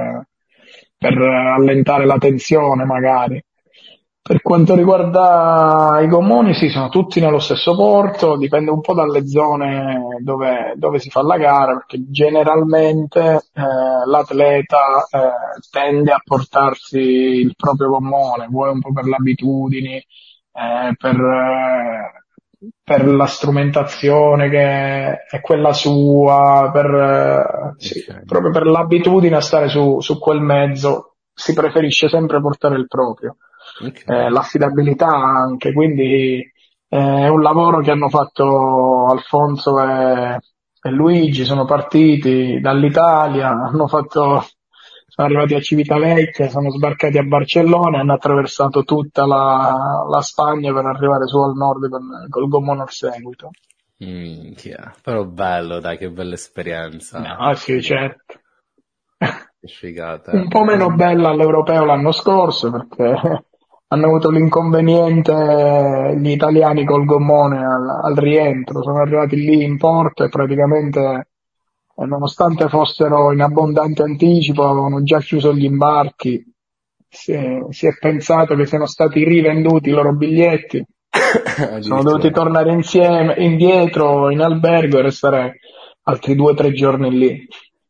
per allentare la tensione magari. Per quanto riguarda i gommoni, sì, sono tutti nello stesso porto, dipende un po' dalle zone dove si fa la gara, perché generalmente l'atleta tende a portarsi il proprio gommone, vuoi un po' per le abitudini, per la strumentazione che è quella sua, proprio per l'abitudine a stare su quel mezzo, si preferisce sempre portare il proprio. L'affidabilità anche, quindi è un lavoro che hanno fatto Alfonso e Luigi, sono partiti dall'Italia, sono arrivati a Civitavecchia, sono sbarcati a Barcellona e hanno attraversato tutta la Spagna per arrivare su al nord col gommone al seguito. Però bello, dai, che bella esperienza. Ah sì, certo. Che figata. Un po' meno bella all'Europeo l'anno scorso, perché hanno avuto l'inconveniente gli italiani col gommone al rientro, sono arrivati lì in porto e praticamente, nonostante fossero in abbondante anticipo, avevano già chiuso gli imbarchi, si è pensato che siano stati rivenduti i loro biglietti, sono dovuti tornare indietro in albergo e restare altri 2 o 3 giorni lì.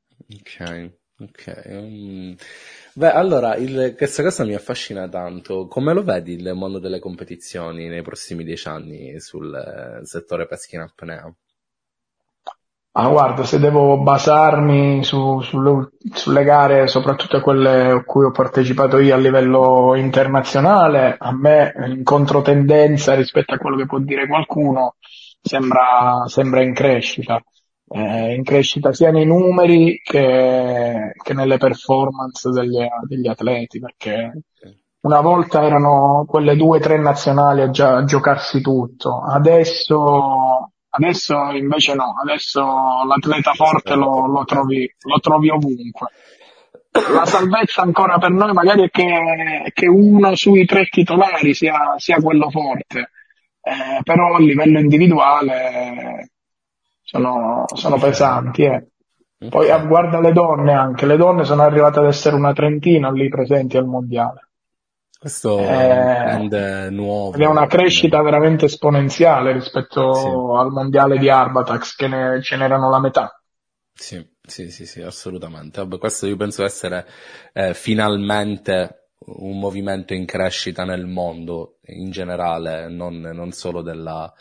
Ok. Beh, allora, questa cosa mi affascina tanto. Come lo vedi il mondo delle competizioni nei prossimi 10 anni sul settore pesca in apnea? Guarda, se devo basarmi sulle gare, soprattutto quelle a cui ho partecipato io a livello internazionale, a me, in controtendenza rispetto a quello che può dire qualcuno, sembra in crescita. In crescita sia nei numeri che nelle performance degli atleti, perché una volta erano quelle 2 o 3 nazionali a giocarsi tutto, adesso invece no, adesso l'atleta forte lo trovi ovunque. La salvezza ancora per noi magari è che uno sui 3 titolari sia quello forte, però a livello individuale sono pesanti. Poi guarda le donne anche, le donne sono arrivate ad essere una trentina lì presenti al mondiale. Questo è un trend nuovo. Ed è una crescita veramente esponenziale rispetto al mondiale di Arbatax, che ce n'erano la metà. Sì, assolutamente. Vabbè, questo io penso essere finalmente un movimento in crescita nel mondo in generale, non solo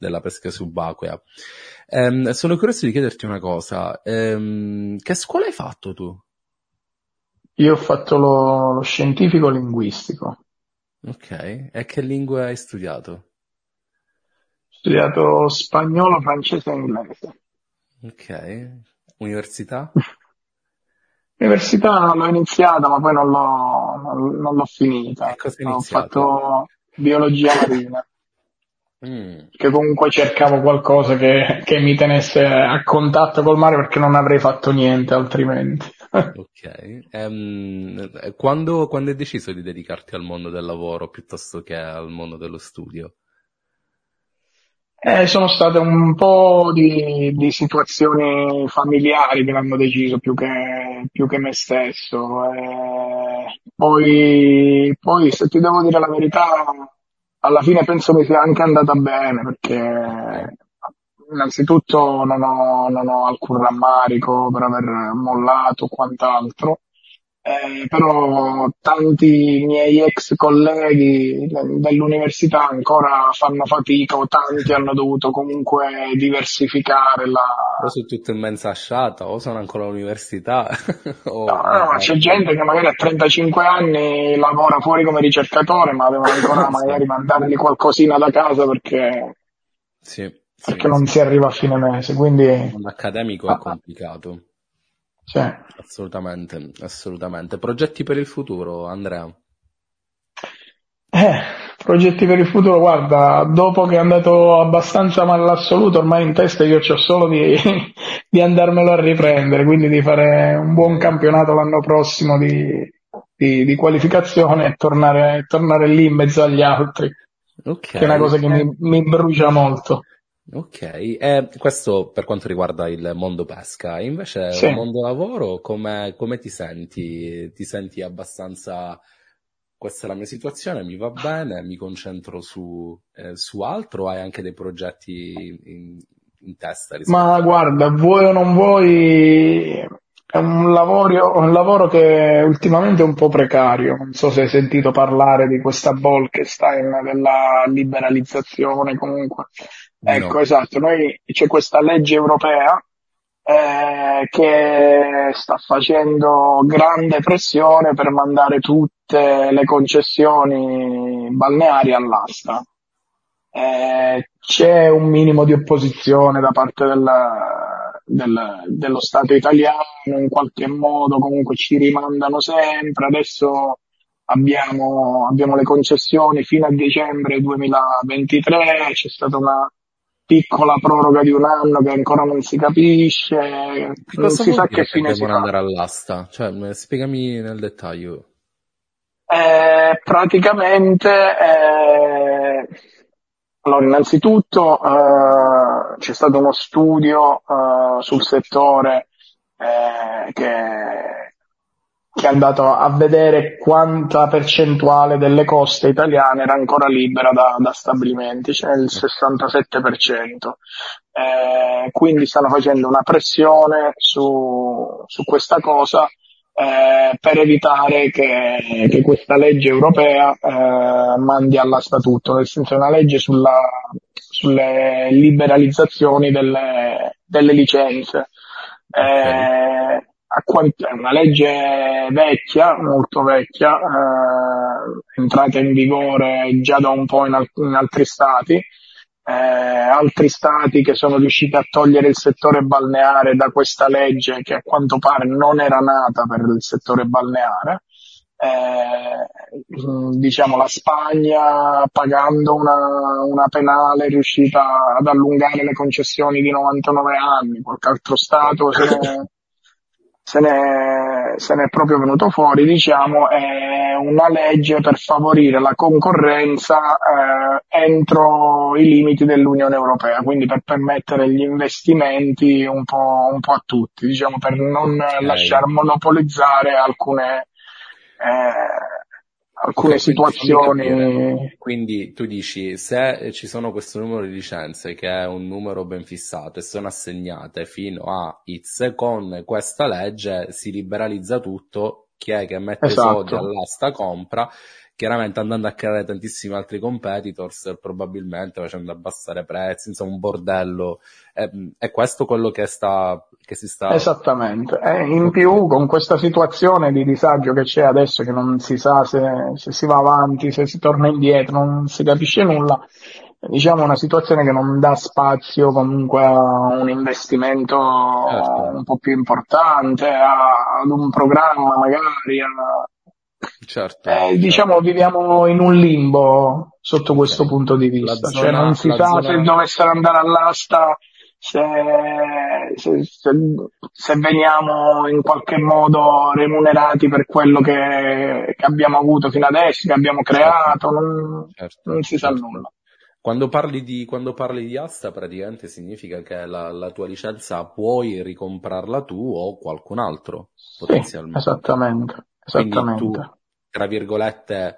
della pesca subacquea. Sono curioso di chiederti una cosa. Che scuola hai fatto tu? Io ho fatto lo scientifico linguistico. Ok, e che lingue hai studiato? Ho studiato spagnolo, francese e inglese. Ok, università? L'università l'ho iniziata, ma poi non l'ho Che finita. cosa hai Ho iniziato? fatto biologia marina, Mm. che comunque cercavo qualcosa che mi tenesse a contatto col mare perché non avrei fatto niente altrimenti. Ok. Quando hai deciso di dedicarti al mondo del lavoro piuttosto che al mondo dello studio? Sono state un po' di situazioni familiari che l'hanno deciso più che me stesso. Poi, se ti devo dire la verità, alla fine penso mi sia anche andata bene perché Ok. innanzitutto non ho alcun rammarico per aver mollato o quant'altro. Però tanti miei ex colleghi dell'università ancora fanno fatica o tanti hanno dovuto comunque diversificare O sono tutto in mezza sciata, o sono ancora all'università, No, o no, c'è magari... gente che magari a 35 anni lavora fuori come ricercatore, ma devono ancora magari Sì, mandargli qualcosina da casa sì, sì, perché non sì. si arriva a fine mese. Quindi, Il mondo accademico è complicato. cioè, Assolutamente, assolutamente. Progetti per il futuro, Andrea? Eh, progetti per il futuro, guarda, dopo che è andato abbastanza male l'assoluto, ormai in testa io c'ho solo di andarmelo a riprendere, quindi di fare un buon Ok, campionato l'anno prossimo di qualificazione e tornare lì in mezzo agli altri, ok. che è una cosa che mi brucia molto. Ok, e questo per quanto riguarda il mondo pesca. Invece Sì. un mondo lavoro, come ti senti? Ti senti abbastanza... Questa è la mia situazione, mi va bene, mi concentro su altro, o hai anche dei progetti in testa rispetto Ma a... guarda, vuoi o non vuoi, è un lavoro che ultimamente è un po' precario. Non so se hai sentito parlare di questa Bolkestein della liberalizzazione, comunque. Ecco, No, esatto, c'è questa legge europea che sta facendo grande pressione per mandare tutte le concessioni balneari all'asta. C'è un minimo di opposizione da parte dello Stato italiano, in qualche modo comunque ci rimandano sempre. Adesso abbiamo le concessioni fino a dicembre 2023, c'è stata una piccola proroga di un anno che ancora non si capisce, che non cosa si vuol sa che dire che fine si devono fa. andare all'asta? Cioè, spiegami nel dettaglio. Praticamente, allora, innanzitutto c'è stato uno studio sul settore che è andato a vedere quanta percentuale delle coste italiane era ancora libera da stabilimenti, cioè il 67%. Quindi stanno facendo una pressione su questa cosa per evitare che questa legge europea mandi alla statuto, nel senso è una legge sulle liberalizzazioni delle licenze. Ok, È una legge vecchia, molto vecchia, entrata in vigore già da un po' in altri stati, altri stati che sono riusciti a togliere il settore balneare da questa legge che a quanto pare non era nata per il settore balneare. Diciamo la Spagna pagando una penale è riuscita ad allungare le concessioni di 99 anni, qualche altro stato se n'è proprio venuto fuori, diciamo, è una legge per favorire la concorrenza entro i limiti dell'Unione Europea, quindi per permettere gli investimenti un po' a tutti, diciamo, per non lasciar ok. monopolizzare alcune Fammi capire. situazioni. Quindi tu dici, se ci sono questo numero di licenze, che è un numero ben fissato, e sono assegnate fino a X, con questa legge si liberalizza tutto, chi è che mette i soldi Esatto, all'asta compra, chiaramente andando a creare tantissimi altri competitors, probabilmente facendo abbassare prezzi, insomma un bordello. È questo quello che si sta... Esattamente, e in più con questa situazione di disagio che c'è adesso, che non si sa se si va avanti, se si torna indietro, non si capisce nulla, diciamo una situazione che non dà spazio comunque a un investimento Certo, un po' più importante, ad un programma magari, certo, diciamo certo. viviamo in un limbo sotto questo Ok. punto di La vista, cioè non zona, si la sa se zona... dovessero andare all'asta, se, se veniamo in qualche modo remunerati per quello che abbiamo avuto fino adesso, che abbiamo Certo, creato, non certo, si sa certo. nulla. Quando parli di asta, praticamente significa che la tua licenza puoi ricomprarla tu o qualcun altro, Sì, potenzialmente. esattamente, Quindi tu, esattamente. tra virgolette,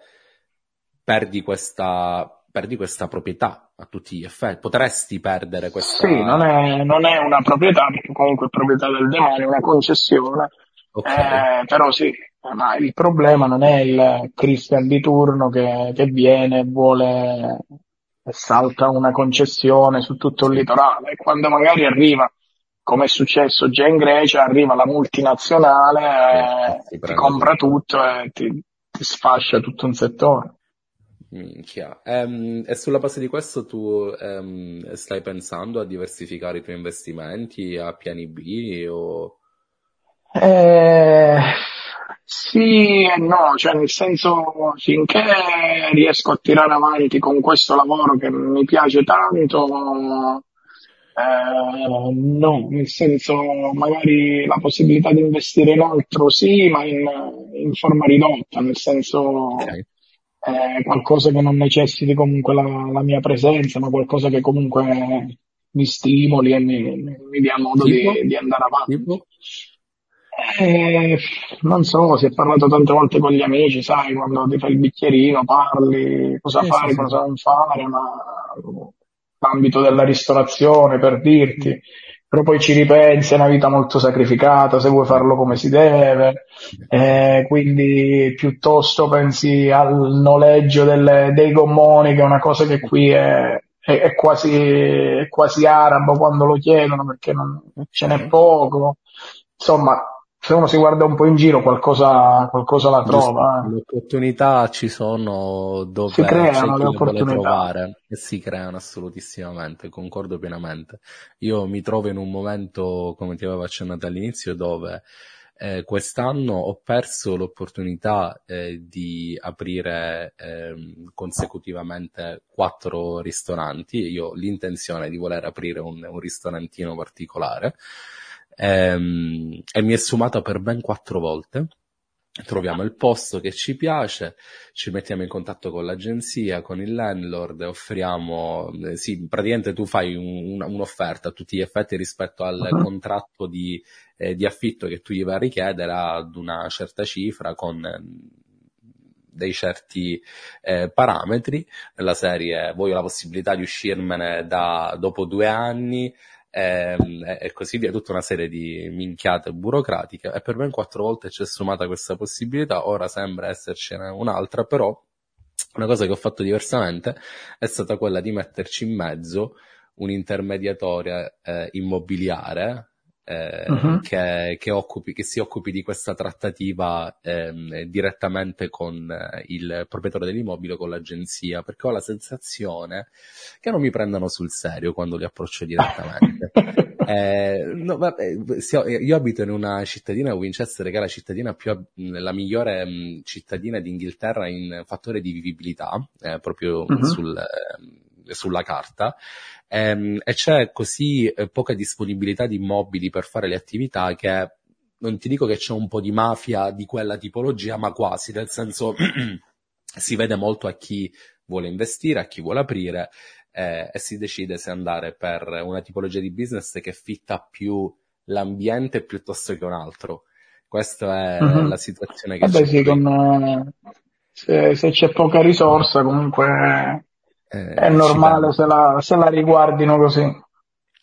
perdi questa proprietà a tutti gli effetti. Potresti perdere Sì, questa... non è una proprietà, perché comunque è proprietà del demanio, è una concessione, Ok, però sì, ma il problema non è il Christian di turno che viene e vuole e salta una concessione su tutto il sì, litorale, e quando magari arriva, come è successo già in Grecia, arriva la sì, multinazionale, si ti prende compra tutto. tutto e ti sfascia tutto un settore. Minchia. E sulla base di questo tu stai pensando a diversificare i tuoi investimenti, a piani B o... Eh, sì e no, cioè nel senso finché riesco a tirare avanti con questo lavoro che mi piace tanto, no, nel senso magari la possibilità di investire in altro sì, ma in forma ridotta, nel senso Ok. qualcosa che non necessiti comunque la mia presenza, ma qualcosa che comunque mi stimoli e mi dia modo Tipo? di andare avanti. Tipo? Eh, non so, si è parlato tante volte con gli amici, sai, quando ti fai il bicchierino, parli, cosa Sì, sì, fare, sì. cosa non fare, ma l'ambito della ristorazione, per dirti, però poi ci ripensi, è una vita molto sacrificata, se vuoi farlo come si deve, quindi piuttosto pensi al noleggio dei gommoni, che è una cosa che qui è quasi arabo quando lo chiedono, perché ce n'è Ok. poco. Insomma, se uno si guarda un po' in giro, qualcosa la Giusto, trova. le opportunità ci sono Si dove c'è creano le chi le vuole opportunità. trovare e si creano assolutissimamente, concordo pienamente. Io mi trovo in un momento, come ti avevo accennato all'inizio, dove quest'anno ho perso l'opportunità di aprire consecutivamente 4 ristoranti. Io ho l'intenzione di voler aprire un ristorantino particolare e mi è sumata per ben 4 volte. Troviamo il posto che ci piace, ci mettiamo in contatto con l'agenzia, con il landlord, offriamo, sì, praticamente tu fai un'offerta a tutti gli effetti rispetto al Mhm. contratto di affitto che tu gli vai a richiedere ad una certa cifra con dei certi parametri, nella serie voglio la possibilità di uscirmene dopo 2 anni, e così via, tutta una serie di minchiate burocratiche, e per ben 4 volte ci è sommata questa possibilità. Ora sembra essercene un'altra, però una cosa che ho fatto diversamente è stata quella di metterci in mezzo un intermediatore immobiliare Mhm. che si occupi di questa trattativa direttamente con il proprietario dell'immobile, con l'agenzia, perché ho la sensazione che non mi prendano sul serio quando li approccio direttamente. No, vabbè, io abito in una cittadina, Winchester, che è la cittadina la migliore cittadina d'Inghilterra in fattore di vivibilità, proprio Mhm. sulla carta, e c'è così poca disponibilità di immobili per fare le attività che non ti dico che c'è un po' di mafia di quella tipologia, ma quasi, nel senso si vede molto a chi vuole investire, a chi vuole aprire, e si decide se andare per una tipologia di business che fitta più l'ambiente piuttosto che un altro. Questa è la Mhm. situazione che Vabbè c'è sì, qui. se c'è poca risorsa comunque è normale Ci penso. se la riguardino così.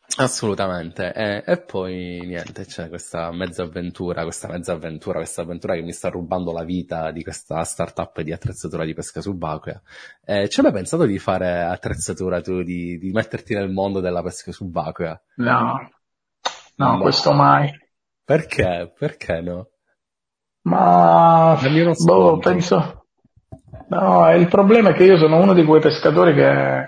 Assolutamente, e poi niente, c'è questa avventura che mi sta rubando la vita di questa startup di attrezzatura di pesca subacquea. Ci hai mai pensato di fare attrezzatura tu, di metterti nel mondo della pesca subacquea? No, no, No, questo mai. perché? Perché no? Ma, Dammi uno boh, spunto. penso. No, il problema è che io sono uno di quei pescatori che,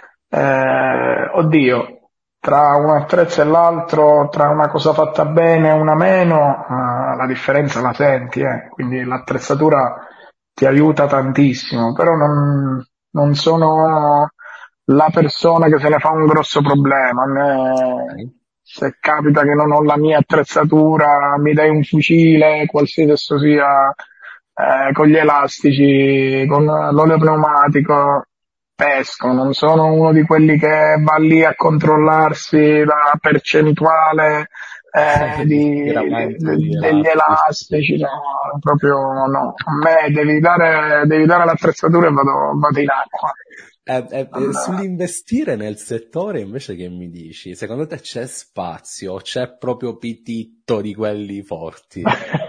oddio, tra un attrezzo e l'altro, tra una cosa fatta bene e una meno, la differenza la senti, eh. Quindi l'attrezzatura ti aiuta tantissimo, però non sono la persona che se ne fa un grosso problema. A me, Ok. se capita che non ho la mia attrezzatura, mi dai un fucile, qualsiasi esso sia, con gli elastici, con l'olio pneumatico, pesco. Non sono uno di quelli che va lì a controllarsi la percentuale Di schieramento di degli elastici. elastici, no, proprio no. A me devi dare l'attrezzatura e vado in acqua. Non- Sull'investire nel settore invece che mi dici? Secondo te c'è spazio? C'è proprio pititto di quelli forti?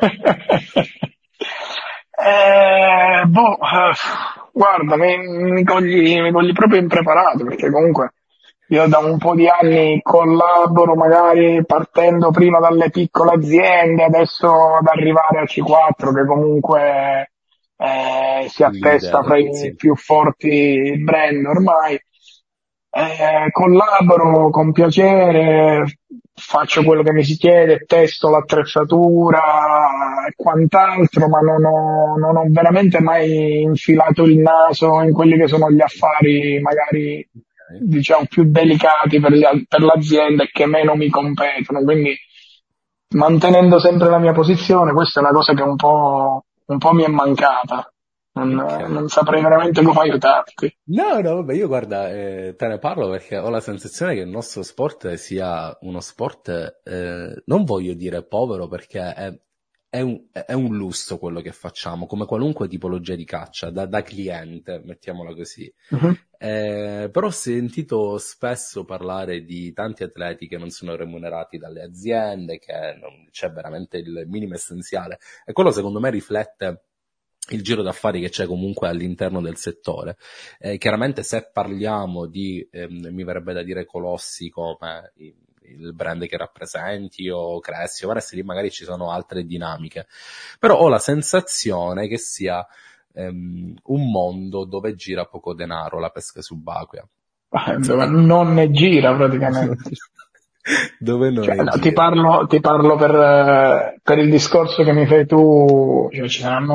Guarda, mi cogli proprio impreparato perché comunque io da un po' di anni collaboro, magari partendo prima dalle piccole aziende, adesso ad arrivare a C4 che comunque si attesta fra Leader, i sì. più forti brand ormai. Collaboro con piacere, faccio quello che mi si chiede, testo l'attrezzatura e quant'altro, ma non ho veramente mai infilato il naso in quelli che sono gli affari magari Ok. diciamo più delicati per l'azienda e che meno mi competono. Quindi mantenendo sempre la mia posizione, questa è una cosa che un po' mi è mancata. Ok. Non saprei veramente come aiutarti. No, no, vabbè, io guarda, te ne parlo perché ho la sensazione che il nostro sport sia uno sport, non voglio dire povero perché è un lusso quello che facciamo, come qualunque tipologia di caccia, da cliente, mettiamola così. Mhm. Però ho sentito spesso parlare di tanti atleti che non sono remunerati dalle aziende, che non c'è veramente il minimo essenziale, e quello secondo me riflette il giro d'affari che c'è comunque all'interno del settore. Chiaramente se parliamo di, mi verrebbe da dire colossi come il brand che rappresenti o Cressio, adesso lì magari ci sono altre dinamiche, però ho la sensazione che sia un mondo dove gira poco denaro la pesca subacquea. Dove E- non ne gira praticamente. dove non Cioè, ne no, gira. ti parlo per il discorso che mi fai tu, cioè,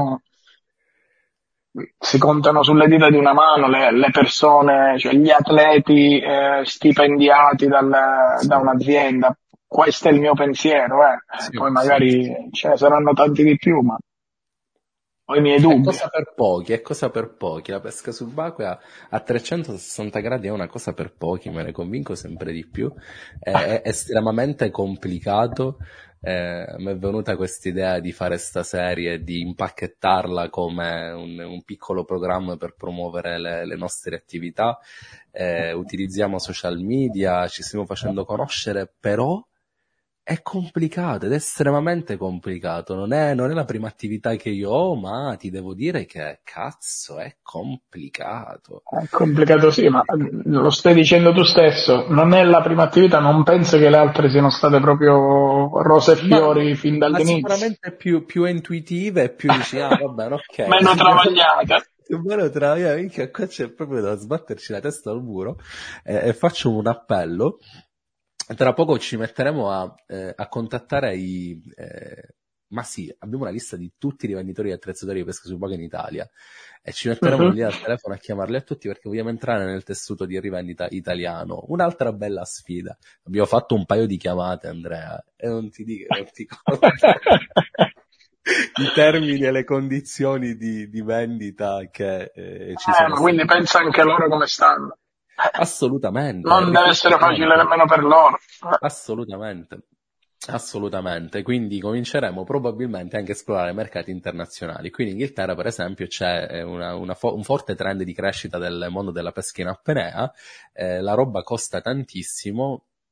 si contano sulle dita di una mano le persone, cioè gli atleti stipendiati da Sì, un'azienda. Questo è il mio pensiero, eh. sì, Poi sì. magari ce ne saranno tanti di più, ma ho i miei È dubbi. cosa per pochi, è cosa per pochi. La pesca subacquea a 360 gradi è una cosa per pochi, me ne convinco sempre di più. È estremamente complicato. Mi è venuta questa idea di fare sta serie, e di impacchettarla come un piccolo programma per promuovere le nostre attività. Utilizziamo social media, ci stiamo facendo conoscere, però è complicato ed è estremamente complicato. Non è la prima attività che io ho, ma ti devo dire che cazzo è complicato. È complicato sì, ma Complicato. lo stai dicendo tu stesso, non è la prima attività, non penso che le altre siano state proprio rose e Ma, fiori fin ma dall'inizio. sicuramente più intuitive e più dici, ah, va bene, ok. Meno travagliate. Più bello tra minchia, qua c'è proprio da sbatterci la testa al muro e faccio un appello. Tra poco ci metteremo a contattare ma sì, abbiamo una lista di tutti i rivenditori e attrezzatori di pesca subacquea in Italia e ci metteremo Mhm. lì al telefono a chiamarli a tutti perché vogliamo entrare nel tessuto di rivendita italiano. Un'altra bella sfida. Abbiamo fatto un paio di chiamate, Andrea, e non ti dico, non ti conto i termini e le condizioni di vendita che ci sono Ma quindi stati. pensa anche loro come stanno. Assolutamente, Non deve riflette essere facile tanto. nemmeno per loro. Assolutamente, assolutamente. Quindi cominceremo probabilmente anche a esplorare mercati internazionali. Qui in Inghilterra, per esempio, c'è un forte trend di crescita del mondo della pesca in apnea. La roba costa tantissimo.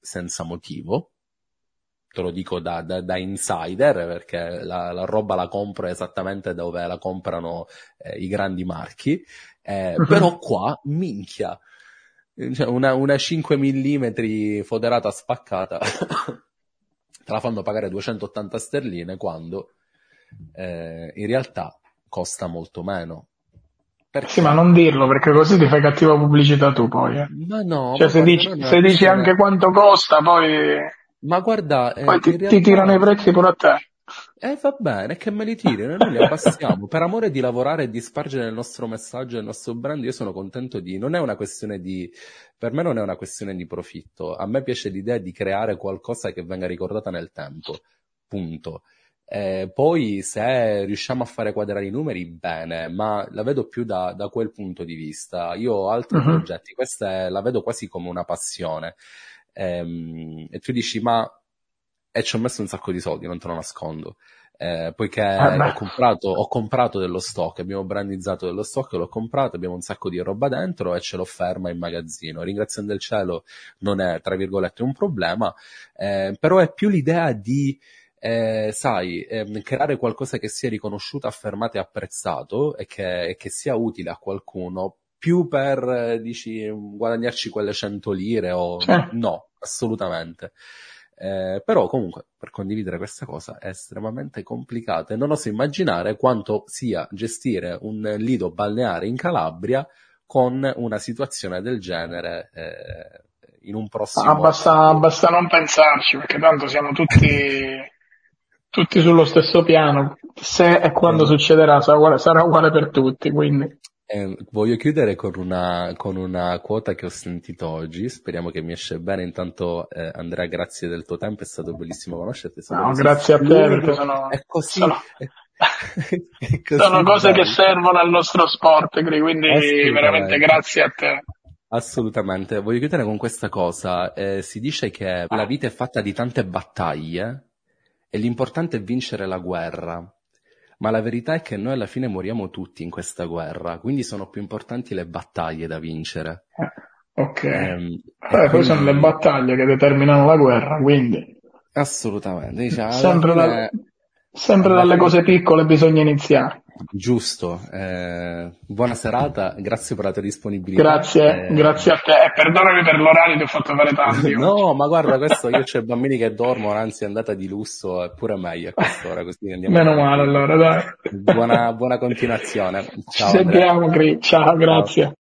senza motivo. Te lo dico da insider, perché la roba la compro esattamente dove la comprano i grandi marchi, però qua, minchia, cioè una 5 mm foderata spaccata te la fanno pagare 280 sterline quando in realtà costa molto meno. Perché? Sì, ma non dirlo, perché così ti fai cattiva pubblicità tu poi. Ma no, cioè ma se guarda, dici, se dici anche quanto costa, poi ma guarda, poi in ti tirano i realtà prezzi pure a te. va bene, che me li tirino, noi li abbassiamo. Per amore di lavorare e di spargere il nostro messaggio e il nostro brand, io sono contento non è una questione per me non è una questione di profitto. A me piace l'idea di creare qualcosa che venga ricordata nel tempo. Punto. Poi se riusciamo a fare quadrare i numeri, bene, ma la vedo più da quel punto di vista. Io ho altri progetti, questa la vedo quasi come una passione. E tu dici, ma ci ho messo un sacco di soldi, non te lo nascondo. Poiché ho comprato dello stock, abbiamo brandizzato dello stock, l'ho comprato, abbiamo un sacco di roba dentro e ce l'ho ferma in magazzino. Ringraziando il cielo non è, tra virgolette, un problema, però è più l'idea di creare qualcosa che sia riconosciuto, affermato e apprezzato e che sia utile a qualcuno, più per, dici, guadagnarci quelle 100 lire o no, assolutamente. Però comunque per condividere questa cosa è estremamente complicato e non oso immaginare quanto sia gestire un lido balneare in Calabria con una situazione del genere in un prossimo basta non pensarci, perché tanto siamo tutti sullo stesso piano. Se e quando succederà sarà uguale per tutti, quindi. Voglio chiudere con una quota che ho sentito oggi, speriamo che mi esce bene. Intanto Andrea, grazie del tuo tempo, è stato bellissimo conoscerti. Grazie a te, perché è così, è così sono cose bello. Che servono al nostro sport, quindi veramente grazie a te. Assolutamente. Voglio chiudere con questa cosa. Si dice che la vita è fatta di tante battaglie e l'importante è vincere la guerra. Ma la verità è che noi alla fine moriamo tutti in questa guerra, quindi sono più importanti le battaglie da vincere. Ok. Poi sono le battaglie che determinano la guerra, quindi. Assolutamente. Diciamo, sempre dalle cose piccole bisogna iniziare. Giusto. Buona serata, grazie per la tua disponibilità. Grazie a te. E perdonami per l'orario, ti ho fatto fare tanti. No, ma guarda, io c'ho i bambini che dormono, anzi è andata di lusso, è pure meglio a quest'ora, così andiamo. Meno male allora, dai. Buona continuazione. Ciao. Ci sentiamo, ciao, grazie.